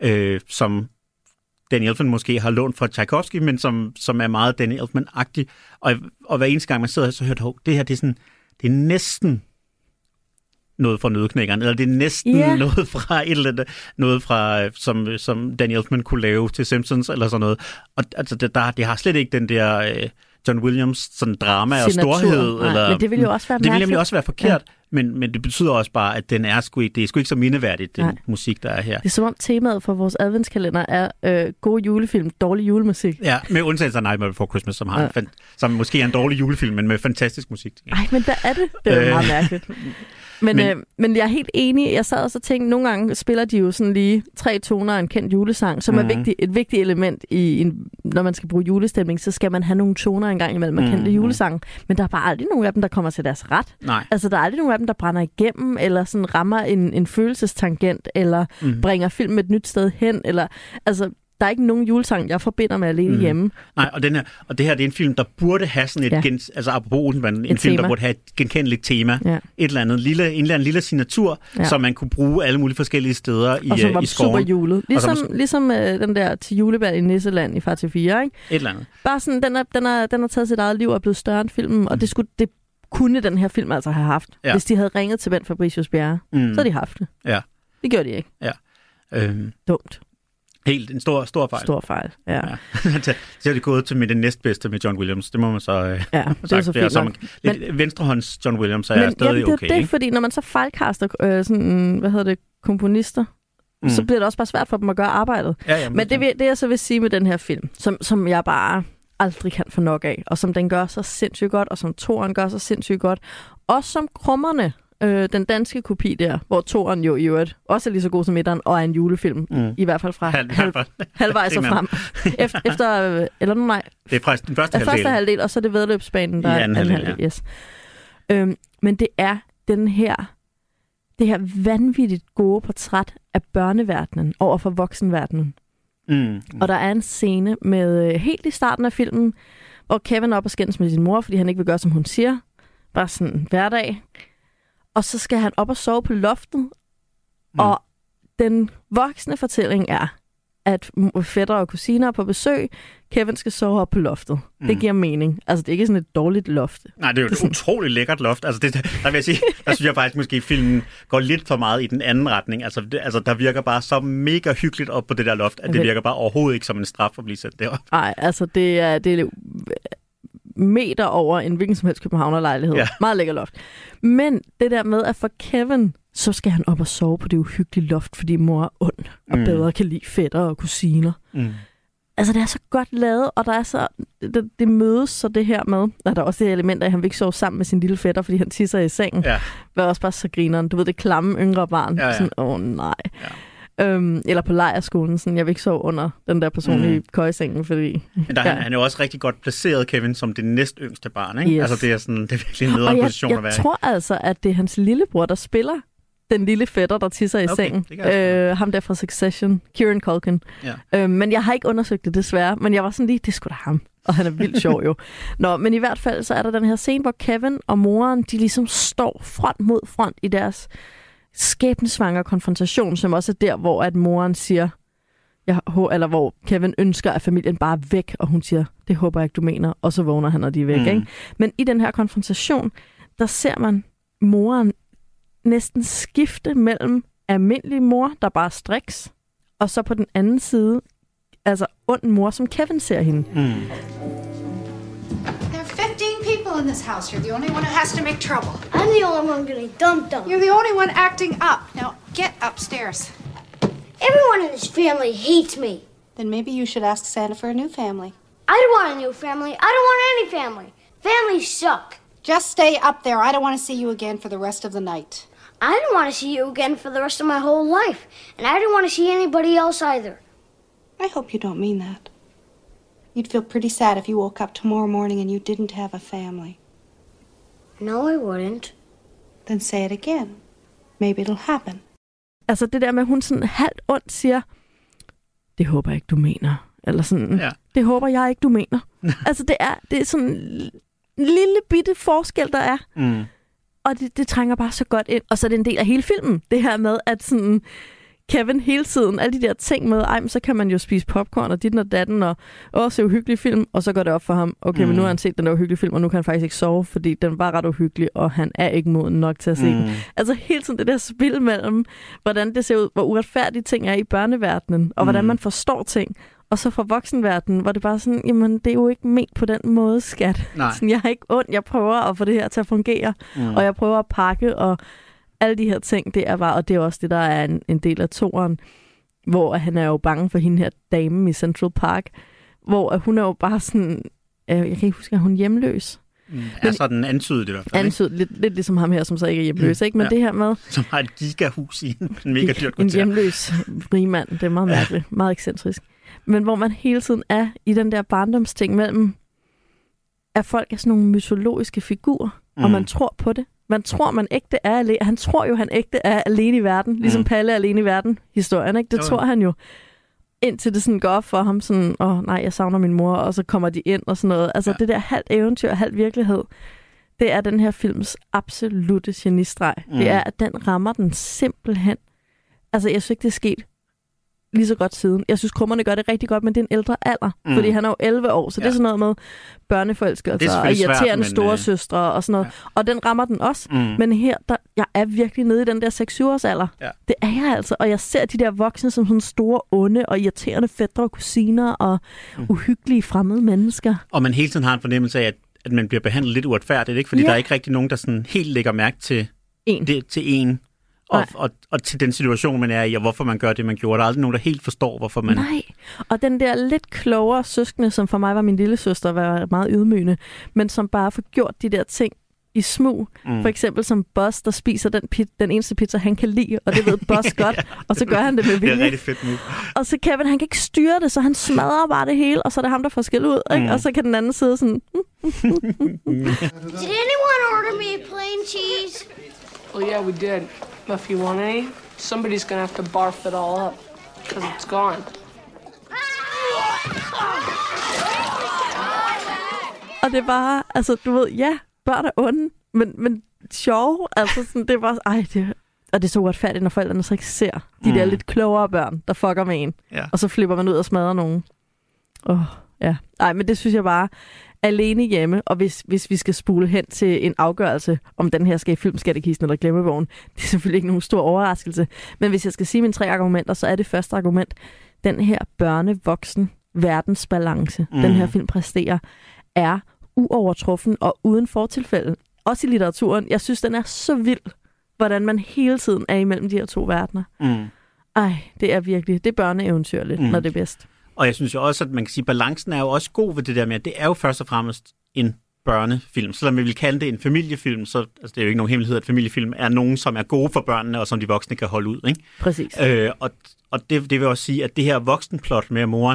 som Danny Elfman måske har lånt fra Tchaikovsky, men som er meget Danny Elfman-agtig. Og hver eneste gang man sidder, så hører det her, det er næsten noget fra Nøddeknækkeren, eller det er næsten noget fra et eller andet, noget fra, som Danny Elfman kunne lave til Simpsons, eller sådan noget. Og altså, det har slet ikke den der John Williams sådan drama signatur og storhed. Nej, eller, men det vil jo også være det vil nemlig også være forkert, men det betyder også bare, at det er sgu ikke så mindeværdigt, den musik, der er her. Det er som om temaet for vores adventskalender er gode julefilm, dårlig julemusik. Ja, med undtagelse af Nightmare Before Christmas, som måske er en dårlig julefilm, men med fantastisk musik. Nej, men hvad er det? Det er jo meget mærkeligt. Men jeg er helt enig. Jeg sad også og tænkte, nogle gange spiller de jo sådan lige 3 toner af en kendt julesang, som er et vigtigt element når man skal bruge julestemning, så skal man have nogle toner en gang imellem af kendte julesange. Men der er bare aldrig nogen af dem, der kommer til deres ret. Nej. Altså, der er aldrig nogen af dem, der brænder igennem, eller sådan rammer en følelsestangent, eller bringer film et nyt sted hen, eller altså... Der er ikke nogen julesang, jeg forbinder med Alene hjemme. Nej, og det her, det er en film, der burde have sådan et, altså apropos Olsenbanden, en film, der burde have et genkendeligt tema. Ja. Et eller andet, en eller anden lille signatur, som man kunne bruge alle mulige forskellige steder i skoven. Og som var super julet. Ligesom den der til julebær i Nisseland i Far til 4, ikke? Et eller andet. Bare sådan, den har taget sit eget liv og er blevet større end filmen, og det kunne den her film altså have haft. Ja. Hvis de havde ringet til Bent Fabricius Bjerre, så havde de haft det. Ja. Det gjorde de ikke. Ja. Dumt. Helt en stor fejl. Stor fejl, ja. Så er det gået til med det næstbedste med John Williams. Det må man så det er så fint nok. Lidt venstrehånds John Williams er stadig okay. Det er fordi, når man så fejlkaster komponister, så bliver det også bare svært for dem at gøre arbejdet. Ja, men det jeg så vil sige med den her film, som jeg bare aldrig kan få nok af, og som den gør så sindssygt godt, og som toeren gør så sindssygt godt, og som Krummerne den danske kopi der, hvor toeren jo i øvrigt også er lige så god som etteren, og er en julefilm, i hvert fald fra halvvejs og frem. Efter, eller nej. Det er faktisk den første halvdel, og så er det Væddeløbsbanen, der er anden halvdel. Ja. Yes. Men det er det her vanvittigt gode portræt af børneverdenen over for voksenverdenen. Og der er en scene med helt i starten af filmen, hvor Kevin er op og skændes med sin mor, fordi han ikke vil gøre, som hun siger. Bare sådan hverdag. Og så skal han op og sove på loftet. Og den voksne fortælling er, at fætter og kusiner er på besøg. Kevin skal sove op på loftet. Det giver mening. Altså, det er ikke sådan et dårligt loft. Nej, det er jo et utroligt lækkert loft. Altså, der vil jeg sige, der synes jeg faktisk måske, at filmen går lidt for meget i den anden retning. Altså, der virker bare så mega hyggeligt op på det der loft, at det virker bare overhovedet ikke som en straf at blive sat derop. Nej, altså, det er meter over en hvilken som helst københavnerlejlighed. Ja. Meget lækker loft. Men det der med, at for Kevin, så skal han op og sove på det uhyggelige loft, fordi mor er ond og bedre kan lide fætter og kusiner. Altså, det er så godt lavet, og der er så det mødes så det her med, og der er også det element af, at han vil ikke sove sammen med sin lille fætter, fordi han tisser i sengen. Ja. Det er også bare så grineren. Du ved, det klamme yngre barn. Ja. Sådan, nej. Ja. Eller på lejrskolen, sådan, jeg vil ikke sove under den der person i køjesengen, fordi... Men han er jo også rigtig godt placeret, Kevin, som det næst yngste barn, ikke? Yes. Altså, det er virkelig en nederen position at være i. Jeg tror altså, at det er hans lillebror, der spiller den lille fætter, der tisser i sengen. Ham der fra Succession, Kieran Culkin. Ja. Men jeg har ikke undersøgt det, desværre. Men jeg var sådan lige, det skulle da ham. Og han er vildt sjov jo. Nå, men i hvert fald så er der den her scene, hvor Kevin og moren, de ligesom står front mod front i deres skæbnesvanger konfrontation, som også er der, hvor at moren siger, eller hvor Kevin ønsker, at familien bare er væk, og hun siger, det håber jeg ikke, du mener, og så vågner han, og de er væk. Ikke? Men i den her konfrontation, der ser man moren næsten skifte mellem almindelig mor, der bare striks, og så på den anden side, altså ond mor, som Kevin ser hende. There are 15 people in this house. You're the only one who has to make trouble. I'm the only one getting dumped on. You're the only one acting up. Now, get upstairs. Everyone in this family hates me. Then maybe you should ask Santa for a new family. I don't want a new family. I don't want any family. Families suck. Just stay up there. I don't want to see you again for the rest of the night. I don't want to see you again for the rest of my whole life. And I don't want to see anybody else either. I hope you don't mean that. You'd feel pretty sad if you woke up tomorrow morning and you didn't have a family. No, I wouldn't. Then say it again. Maybe it'll happen. Altså det der med, at hun sådan halvt ondt siger, det håber jeg ikke, du mener. Eller sådan, det håber jeg ikke, du mener. Altså det er sådan en lille bitte forskel, der er. Og det trænger bare så godt ind. Og så er det en del af hele filmen. Det her med, at sådan Kevin hele tiden, alle de der ting med, men så kan man jo spise popcorn og dit og datten, og se uhyggelig film, og så går det op for ham. Okay, men nu har han set den der uhyggelige film, og nu kan han faktisk ikke sove, fordi den var ret uhyggelig, og han er ikke moden nok til at se den. Altså hele tiden det der spil mellem, hvordan det ser ud, hvor uretfærdige ting er i børneverdenen, og hvordan man forstår ting. Og så fra voksenverdenen, hvor det bare sådan, jamen, det er jo ikke ment på den måde, skat. Sådan, jeg har ikke ondt, jeg prøver at få det her til at fungere, og jeg prøver at pakke, og alle de her ting, det er bare, og det er også det, der er en del af toeren, hvor han er jo bange for hende her dame i Central Park, hvor hun er jo bare sådan, jeg kan ikke huske, at hun er hjemløs. Ja, så den antydet i hvert fald. Antydet, lidt ligesom ham her, som så ikke er hjemløs, ikke? Men det her med... Som har et gigahus i en mega dyrt kvarter. En hjemløs rigmand, det er meget mærkeligt, meget ekscentrisk. Men hvor man hele tiden er i den der barndomsting mellem, at folk er sådan nogle mytologiske figurer, og man tror på det. Man tror, man ægte er alene. Han tror jo, han ægte er alene i verden. Ligesom Palle er alene i verden. Historien, ikke? Det tror han jo. Indtil det sådan går op for ham, sådan, nej, jeg savner min mor, og så kommer de ind og sådan noget. Altså det der halvt eventyr, halvt virkelighed, det er den her films absolute genistreg. Det er, at den rammer den simpelthen. Altså, jeg synes ikke, det er sket lige så godt siden. Jeg synes, Krummerne gør det rigtig godt, men det er en ældre alder. Fordi han er jo 11 år, så det er sådan noget med børneforelskelser og irriterende storesøstre og sådan noget. Og den rammer den også. Men her, jeg er virkelig nede i den der 6-7-års alder. Det er jeg altså. Og jeg ser de der voksne som sådan store, onde og irriterende fætre og kusiner og uhyggelige fremmede mennesker. Og man hele tiden har en fornemmelse af, at man bliver behandlet lidt uretfærdigt, ikke? Fordi der er ikke rigtig nogen, der sådan helt lægger mærke til en. Og til den situation, man er i, og hvorfor man gør det, man gjorde. Der er aldrig nogen, der helt forstår, hvorfor man... Nej, og den der lidt klogere søskende, som for mig var min lille søster, var meget ydmygende, men som bare får gjort de der ting i smug. For eksempel som Buzz, der spiser den eneste pizza, han kan lide, og det ved Buzz godt, og så gør han det med vilje. Det er rigtig fedt nu. Og så Kevin, han kan ikke styre det, så han smadrer bare det hele, og så er det ham, der får skæld ud, ikke? Og så kan den anden sidde sådan... Did anyone order me a plain cheese? Well, yeah, we did. But if you want any, somebody's gonna have to barf it all up, because it's gone. Og det er bare, altså, du ved, ja, børn er onde, men sjove, altså sådan, det er bare, og det er så uretfærdigt, når forældrene så ikke ser de der lidt klogere børn, der fucker med en, og så flipper man ud og smadrer nogen. Ja. Ej, men det synes jeg bare, alene hjemme, og hvis vi skal spule hen til en afgørelse, om den her skal i filmskattekisten eller glemmebogen, det er selvfølgelig ikke nogen stor overraskelse, men hvis jeg skal sige mine 3 argumenter, så er det første argument, den her børne-voksen verdensbalance, den her film præsterer, er uovertruffen og uden fortilfælde. Også i litteraturen. Jeg synes, den er så vild, hvordan man hele tiden er imellem de her 2 verdener. Det er virkelig, det er børneeventyrligt, når det er bedst. Og jeg synes jo også, at man kan sige, at balancen er jo også god ved det der med, at det er jo først og fremmest en børnefilm. Selvom vi vil kalde det en familiefilm, så altså, det er jo ikke nogen hemmelighed, at familiefilm er nogen, som er gode for børnene, og som de voksne kan holde ud. Ikke? Præcis. Og det vil også sige, at det her voksenplot med, at moren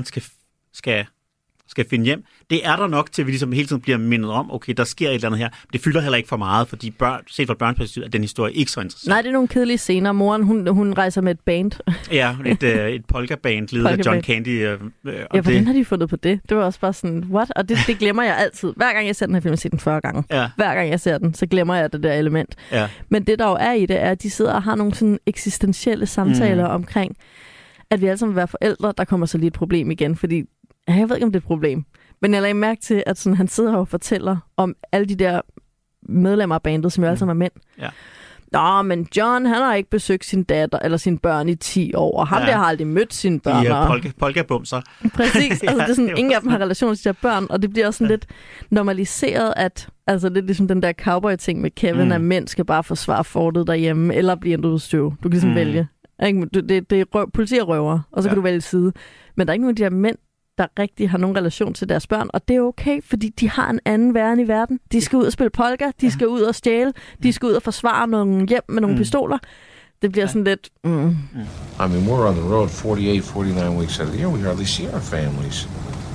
skal finde hjem, det er der nok til, at vi ligesom hele tiden bliver mindet om, okay, der sker et eller andet her. Det fylder heller ikke for meget, fordi set fra børns perspektiv er den historie ikke så interessant. Nej, det er nogle kedelige scener. Moren, hun rejser med et band. Ja, et polka-band, ledet af John Candy. Hvordan har de fundet på det? Det var også bare sådan, what? Og det glemmer jeg altid. Hver gang jeg ser den her film, jeg ser den 40 gange. Ja. Hver gang jeg ser den, så glemmer jeg det der element. Ja. Men det, der jo er i det, er, at de sidder og har nogle sådan eksistentielle samtaler omkring, at vi alle sammen vil være forældre. Der kommer så lige et problem igen, fordi jeg ved ikke, om det er et problem. Men jeg lagde mærke til, at sådan, han sidder og fortæller om alle de der medlemmer af bandet, som jo alle sammen er mænd. Ja. Nå, men John, han har ikke besøgt sin datter eller sine børn i 10 år, og ham der har aldrig mødt sine børn. De er polkabumser. Præcis. Altså, det er sådan, ingen af dem har relation til de her børn, og det bliver også sådan lidt normaliseret, at altså, det er ligesom den der cowboy-ting med Kevin, at mænd skal bare forsvare fortet derhjemme, eller blive en udstøv. Du kan ligesom vælge. Det er politi og røver, og så kan du vælge side. Men der er ikke nogen af de her mænd, der rigtig har nogen relation til deres børn, og det er okay, fordi de har en anden verden i verden. De skal ud og spille polka, de skal ud og stjæle, de skal ud og forsvare nogle hjem med nogle pistoler. Det bliver sådan lidt... I mean, we're on the road 48, 49 weeks out of the year. We hardly see our families.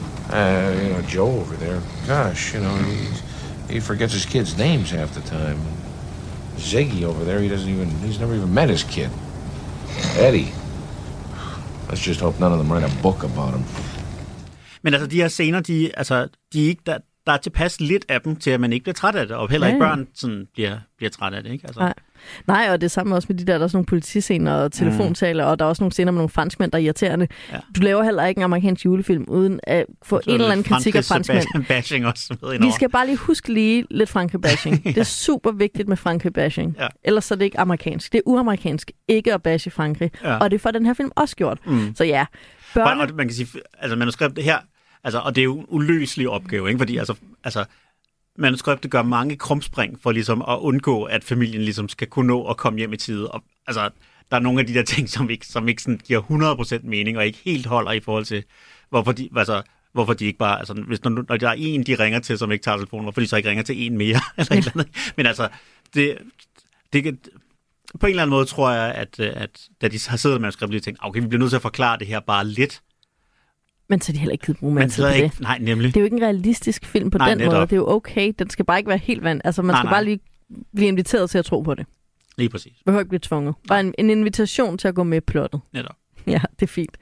Joe over there, gosh, he forgets his kids' names half the time. Ziggy over there, he's never even met his kid. Eddie. Let's just hope none of them write a book about him. Men altså, de her scener, de er ikke, der er tilpas lidt af dem til, at man ikke bliver træt af det, og heller ikke børn sådan bliver træt af det, ikke? Altså. Nej, og det er samme også med de der er sådan nogle politiscener og telefontaler, og der er også nogle scener med nogle franskmænd, der er irriterende. Ja. Du laver heller ikke en amerikansk julefilm, uden at få en eller anden kritik af franskmænd. Bashing også Vi skal bare lige huske lidt Frankrig-bashing. Det er super vigtigt med Frankrig-bashing. Ja. Ellers er det ikke amerikansk. Det er uamerikansk ikke at bashe Frankrig. Ja. Og det får den her film også gjort. Så ja, og man kan sige, altså manuskriptet her, altså, og det er jo en uløselig opgave, ikke? Fordi altså manuskriptet gør mange krumspring for ligesom at undgå, at familien ligesom skal kunne nå at komme hjem i tide. Og, altså, der er nogle af de der ting, som ikke sådan giver 100% mening, og ikke helt holder i forhold til, hvorfor de ikke bare... Altså, når der er en, de ringer til, som ikke tager telefonen, hvorfor de så ikke ringer til en mere, eller et eller andet. Men altså, det på en eller anden måde tror jeg, at da de har siddet med manuskriptet, de tænkt, okay, vi bliver nødt til at forklare det her bare lidt. Men så er de heller ikke givet brug med til det. Nej, nemlig. Det er jo ikke en realistisk film på den måde. Det er jo okay. Den skal bare ikke være helt vand. Altså, man skal bare lige blive inviteret til at tro på det. Lige præcis. Behøver ikke blive tvunget. Bare en invitation til at gå med i plottet. Netop. Ja, det er fint.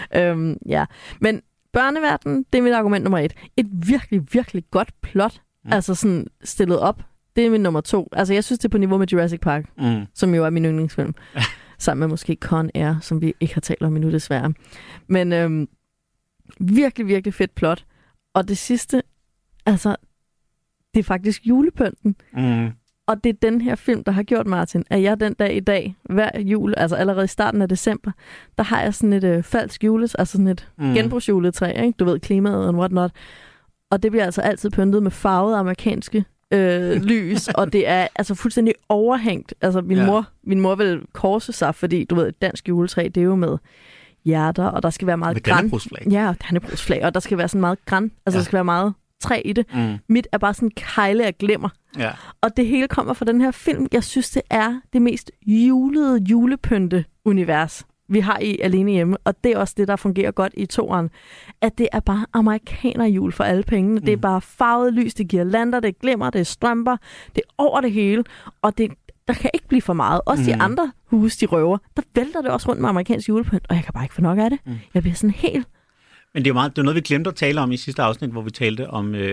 Ja. Men børneverdenen, det er mit argument nummer 1. Et virkelig, virkelig godt plot. Altså sådan stillet op. Det er min nummer 2. Altså, jeg synes, det er på niveau med Jurassic Park, som jo er min yndlingsfilm. Sammen med måske Con Air, som vi ikke har talt om endnu, desværre. Men virkelig, virkelig fedt plot. Og det sidste, altså, det er faktisk julepynten. Og det er den her film, der har gjort, Martin, at jeg den dag i dag, hver jul, altså allerede i starten af december, der har jeg sådan et falsk juletræ, altså sådan et genbrugsjuletræ, ikke? Du ved, klimaet and whatnot. Og det bliver altså altid pyntet med farvede amerikanske lys, og det er altså fuldstændig overhængt. Altså min mor vil korse sig, fordi du ved, et dansk juletræ, det er jo med hjerter, og der skal være meget gran. Ja, dannebrogsflag, og der skal være sådan meget gran. Altså der skal være meget træ i det. Mit er bare sådan en kejle af glimmer. Ja. Og det hele kommer fra den her film. Jeg synes, det er det mest julede julepynte-univers, vi har i Alene Hjemme. Og det er også det, der fungerer godt i toeren. At det er bare amerikanerjul for alle pengene. Det er bare farvet lys, det giver lander, det glimmer, det er strømper, det er over det hele. Og der kan ikke blive for meget. Også de andre huse, de røver, der vælter det også rundt med amerikansk julepynt, og jeg kan bare ikke få nok af det. Jeg bliver sådan helt... Men det er jo noget, vi glemte at tale om i sidste afsnit, hvor vi talte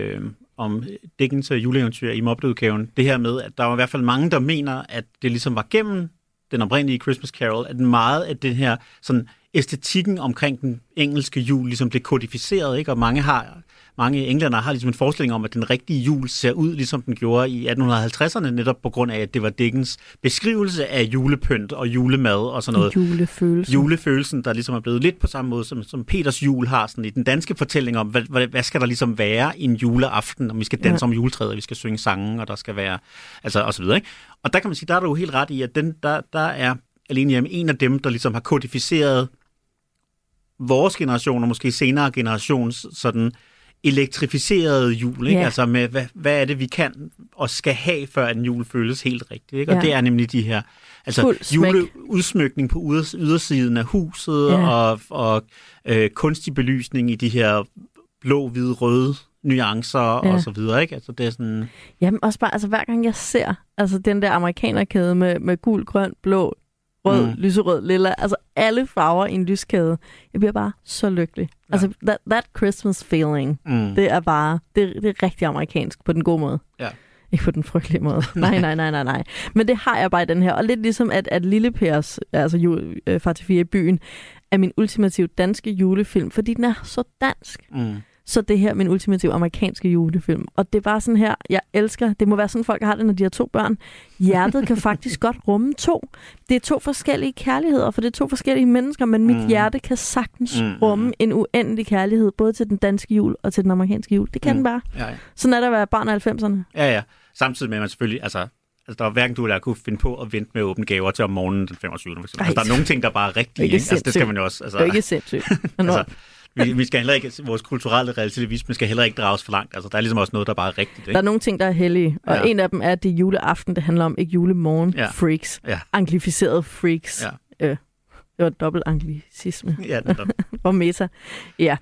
om Dickens juleeventyr i mobbeudgaven. Det her med, at der var i hvert fald mange, der mener, at det ligesom var gennem den oprindelige Christmas Carol, at meget af den her sådan æstetikken omkring den engelske jul ligesom blev kodificeret, ikke? Og mange englændere har ligesom en forestilling om, at den rigtige jul ser ud, ligesom den gjorde i 1850'erne, netop på grund af, at det var Dickens beskrivelse af julepynt og julemad og sådan noget. Julefølelsen, der ligesom er blevet lidt på samme måde, som Peters jul har sådan i den danske fortælling om, hvad skal der ligesom være en juleaften, om vi skal danse om juletræet, og vi skal synge sange, og der skal være, altså og så videre, ikke? Og der kan man sige, der er du jo helt ret i, at der er Alene Hjemme en af dem, der ligesom har kodificeret vores generation, og måske senere generations sådan elektrificerede jul, ikke? Altså med, hvad er det, vi kan og skal have, før en jul føles helt rigtigt, ikke? Og det er nemlig de her, altså juleudsmykning på ydersiden af huset, og kunstig belysning i de her blå, hvide, røde nuancer og så videre, ikke? Altså det er sådan... Jamen også bare, altså hver gang jeg ser altså den der amerikanerkæde med gul, grøn, blå, rød, lyserød, lilla, altså alle farver i en lyskæde. Jeg bliver bare så lykkelig. Ja. Altså that Christmas feeling, det er bare, det er rigtig amerikansk på den gode måde. Ja. Ikke på den frygtelige måde. Nej. Men det har jeg bare i den her. Og lidt ligesom at Lille Pers, altså Far til 4 i byen, er min ultimativt danske julefilm, fordi den er så dansk. Så det her er min ultimative amerikanske julefilm. Og det er bare sådan her, jeg elsker, det må være sådan, folk har det, når de har 2 børn. Hjertet kan faktisk godt rumme 2. Det er 2 forskellige kærligheder, for det er 2 forskellige mennesker, men mit hjerte kan sagtens rumme en uendelig kærlighed, både til den danske jul og til den amerikanske jul. Det kan den bare. Ja. Sådan er det at være barn af 90'erne. Ja. Samtidig med, at man selvfølgelig, altså der er hverken du eller jeg kunne finde på at vente med at åbne gaver til om morgenen den 25. Altså, der er nogle ting, der bare er rigtige. Ikke? Altså, det skal man jo også. Altså, det er ikke sindssygt. Altså, vi skal heller ikke, vores kulturelle relativisme skal heller ikke drages for langt. Altså, der er ligesom også noget, der bare er rigtigt. Ikke? Der er nogle ting, der er hellige, og en af dem er, at det er juleaften, det handler om, ikke julemorgen. Freaks. Anglificerede freaks. Det var dobbelt anglicisme. Ja, netop. Og meta. Ja.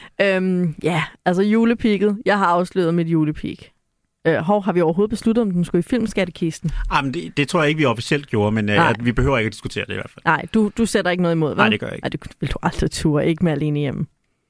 Altså julepikket. Jeg har afsløret mit julepik. Har vi overhovedet besluttet, om den skulle i filmskattekisten? Jamen, det tror jeg ikke, vi officielt gjorde, men vi behøver ikke at diskutere det i hvert fald. Nej, du sætter ikke noget imod, vel? Nej, det gør jeg ikke. Nej, det vil du aldrig ture, ikke med Alene Hjemme.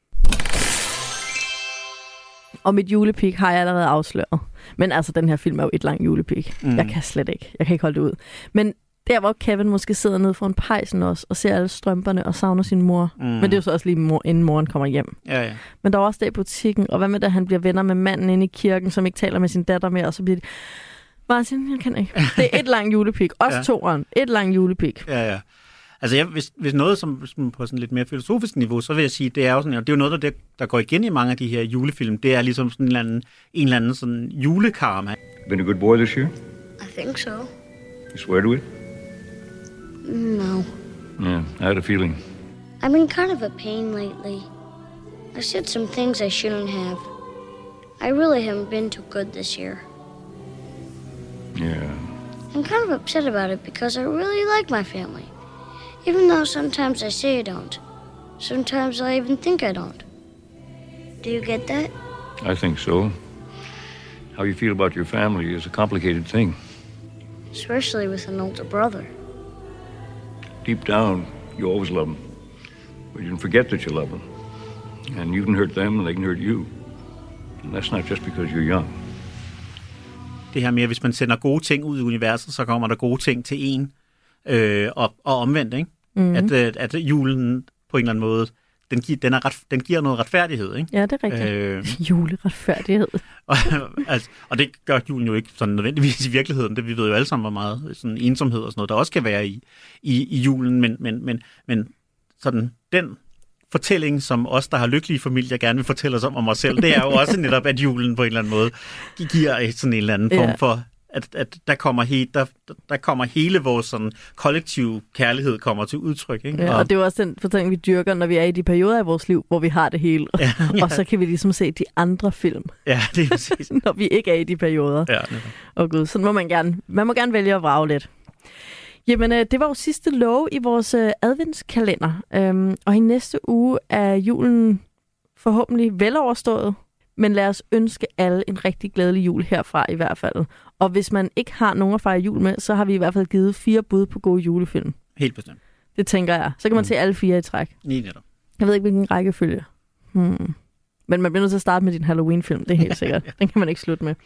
Og mit julepik har jeg allerede afsløret. Men altså, den her film er jo et langt julepik. Jeg kan slet ikke. Jeg kan ikke holde det ud. Men der, hvor Kevin måske sidder nede foran pejsen også, og ser alle strømperne og savner sin mor. Men det er jo så også lige inden moren kommer hjem. Ja. Men der er også der i butikken, og hvad med, at han bliver venner med manden inde i kirken, som ikke taler med sin datter mere, og så bliver det... Martin, jeg kan ikke. Det er et langt julepik. Også toeren. Et langt julepik. Ja. Altså, hvis noget som på sådan lidt mere filosofisk niveau, så vil jeg sige, det er jo sådan, det er jo noget, der går igen i mange af de her julefilm. Det er ligesom sådan en eller anden sådan julekarma. Been a good boy this year? I think so. You swear to it? No. Yeah, I had a feeling. I've been kind of a pain lately. I said some things I shouldn't have. I really haven't been too good this year. Yeah. I'm kind of upset about it because I really like my family. Even though sometimes I say I don't. Sometimes I even think I don't. Do you get that? I think so. How you feel about your family is a complicated thing. Especially with an older brother. Deep down, you always love them. But you can forget that you love them. And you can hurt them, and they can hurt you. And that's not just because you're young. Det her med, at hvis man sender gode ting ud i universet, så kommer der gode ting til en. Og omvendt, ikke? At julen på en eller anden måde, den giver noget retfærdighed, ikke? Ja, det er rigtigt. Juleretfærdighed. og det gør julen jo ikke sådan nødvendigvis i virkeligheden. Det vi ved jo alle sammen, hvor meget sådan ensomhed og sådan noget, der også kan være i julen, men sådan den fortælling, som os, der har lykkelige familier, gerne vil fortælle os om os selv, det er jo også netop, at julen på en eller anden måde giver sådan en eller anden form for at der kommer hele vores sådan kollektive kærlighed kommer til udtryk. Ikke? Ja, og det er jo også den fortælling, vi dyrker, når vi er i de perioder af vores liv, hvor vi har det hele. Ja. Og så kan vi ligesom se de andre film. Ja, det er præcis. Når vi ikke er i de perioder. Ja, og gud, sådan må man må gerne vælge at vrage lidt. Jamen, det var jo sidste love i vores adventskalender. Og i næste uge er julen forhåbentlig veloverstået. Men lad os ønske alle en rigtig glædelig jul herfra i hvert fald. Og hvis man ikke har nogen at fejre jul med, så har vi i hvert fald givet 4 bud på gode julefilm. Helt bestemt. Det tænker jeg. Så kan man se alle 4 i træk. Lige netop. Jeg ved ikke, hvilken rækkefølge. Men man bliver nødt til at starte med din Halloween-film, det er helt sikkert. Den kan man ikke slutte med.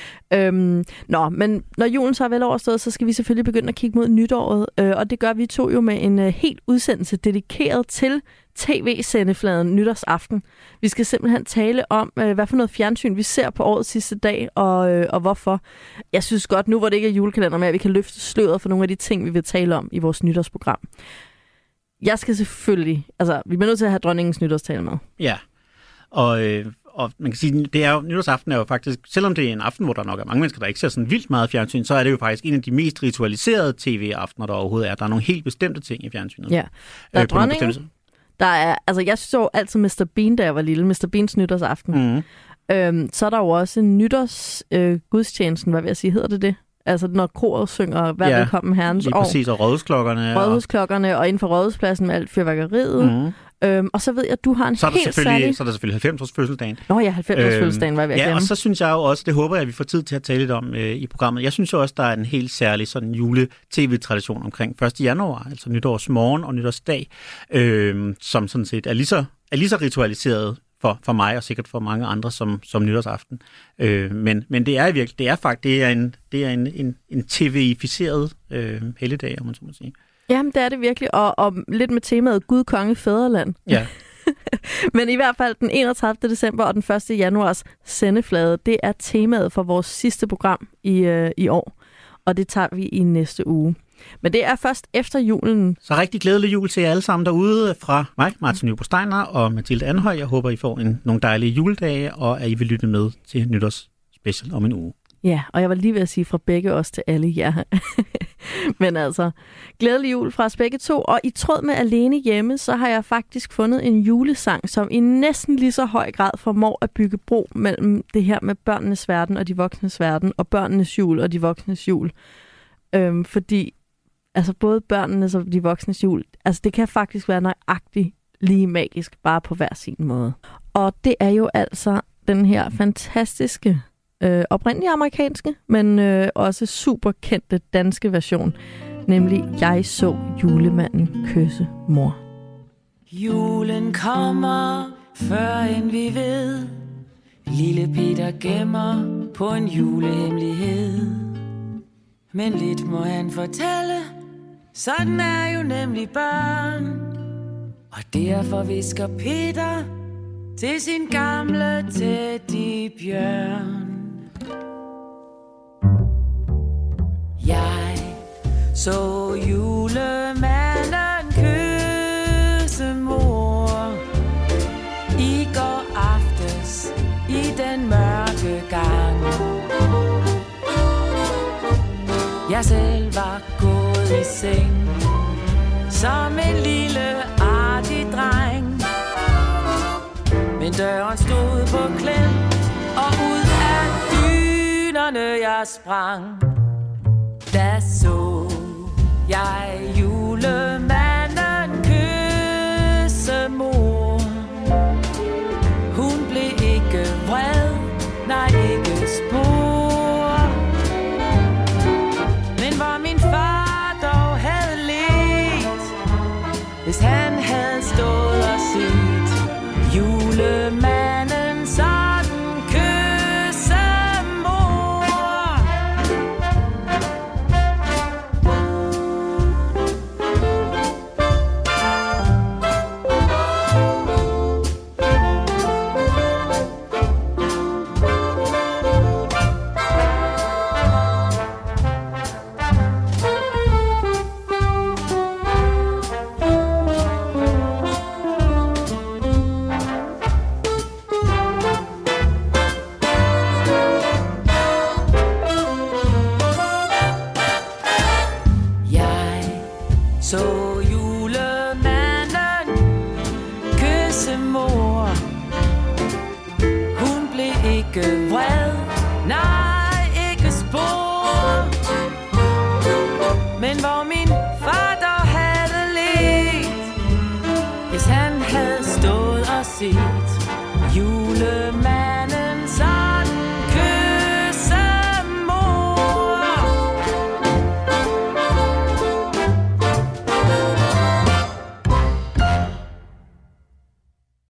Men når julen så er vel overstået, så skal vi selvfølgelig begynde at kigge mod nytåret. Og det gør vi to jo med en helt udsendelse dedikeret til tv-sendefladen nytårsaften. Vi skal simpelthen tale om, hvad for noget fjernsyn vi ser på årets sidste dag, og hvorfor. Jeg synes godt, nu hvor det ikke er julekalender med, at vi kan løfte sløret for nogle af de ting, vi vil tale om i vores nytårsprogram. Jeg skal selvfølgelig... Altså, vi bliver nødt til at have dronningens nytårstale med. Ja, og man kan sige, det er jo, nytårsaften er jo faktisk, selvom det er en aften, hvor der nok er mange mennesker, der ikke ser sådan vildt meget fjernsyn, så er det jo faktisk en af de mest ritualiserede tv-aftener, der overhovedet er. Der er nogle helt bestemte ting i fjernsynet. Ja, der er dronningen. Der er, altså jeg så altid Mr. Bean, da jeg var lille. Mr. Beans nytårsaften. Så er der jo også en nytårsgudstjenesten, hvad vil jeg sige, hedder det? Altså når koret synger Vær velkommen herrens år. Ja, præcis, og rådhusklokkerne. Rådhusklokkerne, og inden for rådhuspladsen med alt fyrværkeriet. Og så ved jeg, at du har en helt særlig... Så er der selvfølgelig 90-års fødselsdagen. Nå ja, 90-års fødselsdagen, hvad vil jeg glemme. Ja, og så synes jeg jo også, det håber jeg, at vi får tid til at tale lidt om i programmet. Jeg synes jo også, der er en helt særlig sådan jule-tv-tradition omkring 1. januar, altså nytårsmorgen og nytårsdag, som sådan set er lige så ritualiseret for mig, og sikkert for mange andre som nytårsaften. Men det er i virkeligheden, det er en tv-ificeret helligdag, om man så må sige. Jamen, det er det virkelig, og lidt med temaet Gud, konge, fædreland. Ja. Men i hvert fald den 31. december og den 1. januars sendeflade, det er temaet for vores sidste program i år, og det tager vi i næste uge. Men det er først efter julen. Så rigtig glædelig jul til jer alle sammen derude fra mig, Martin Nybo Steiner og Mathilde Anhøj. Jeg håber, I får nogle dejlige juledage, og at I vil lytte med til nytårsspecial om en uge. Ja, og jeg var lige ved at sige fra begge os til alle jer. Men altså, glædelig jul fra os begge to. Og i tråd med Alene Hjemme, så har jeg faktisk fundet en julesang, som i næsten lige så høj grad formår at bygge bro mellem det her med børnenes verden og de voksnes verden, og børnenes jul og de voksnes jul. Fordi altså både børnenes og de voksnes jul, altså det kan faktisk være nøjagtigt lige magisk, bare på hver sin måde. Og det er jo altså den her fantastiske oprindelige amerikanske, men også super kendte danske version, nemlig Jeg så julemanden kysse mor. Julen kommer, før end vi ved. Lille Peter gemmer på en julehemmelighed. Men lidt må han fortælle, sådan er jo nemlig børn. Og derfor visker Peter til sin gamle teddybjørn. Jeg så julemanden kysse mor i går aftes i den mørke gang. Jeg selv var gået i seng som en lille artig dreng. Men døren stod på klem, og ud af dynerne jeg sprang. Da så jeg julemanden kysse mor. Hun blev ikke vred, nej ikke spor. Men hvor min far dog havde let, hvis han havde stået og set julemanden sådan kysse mor. så julemanden kysse mor. Hun blev ikke vred, nej, ikke spor. Men hvor min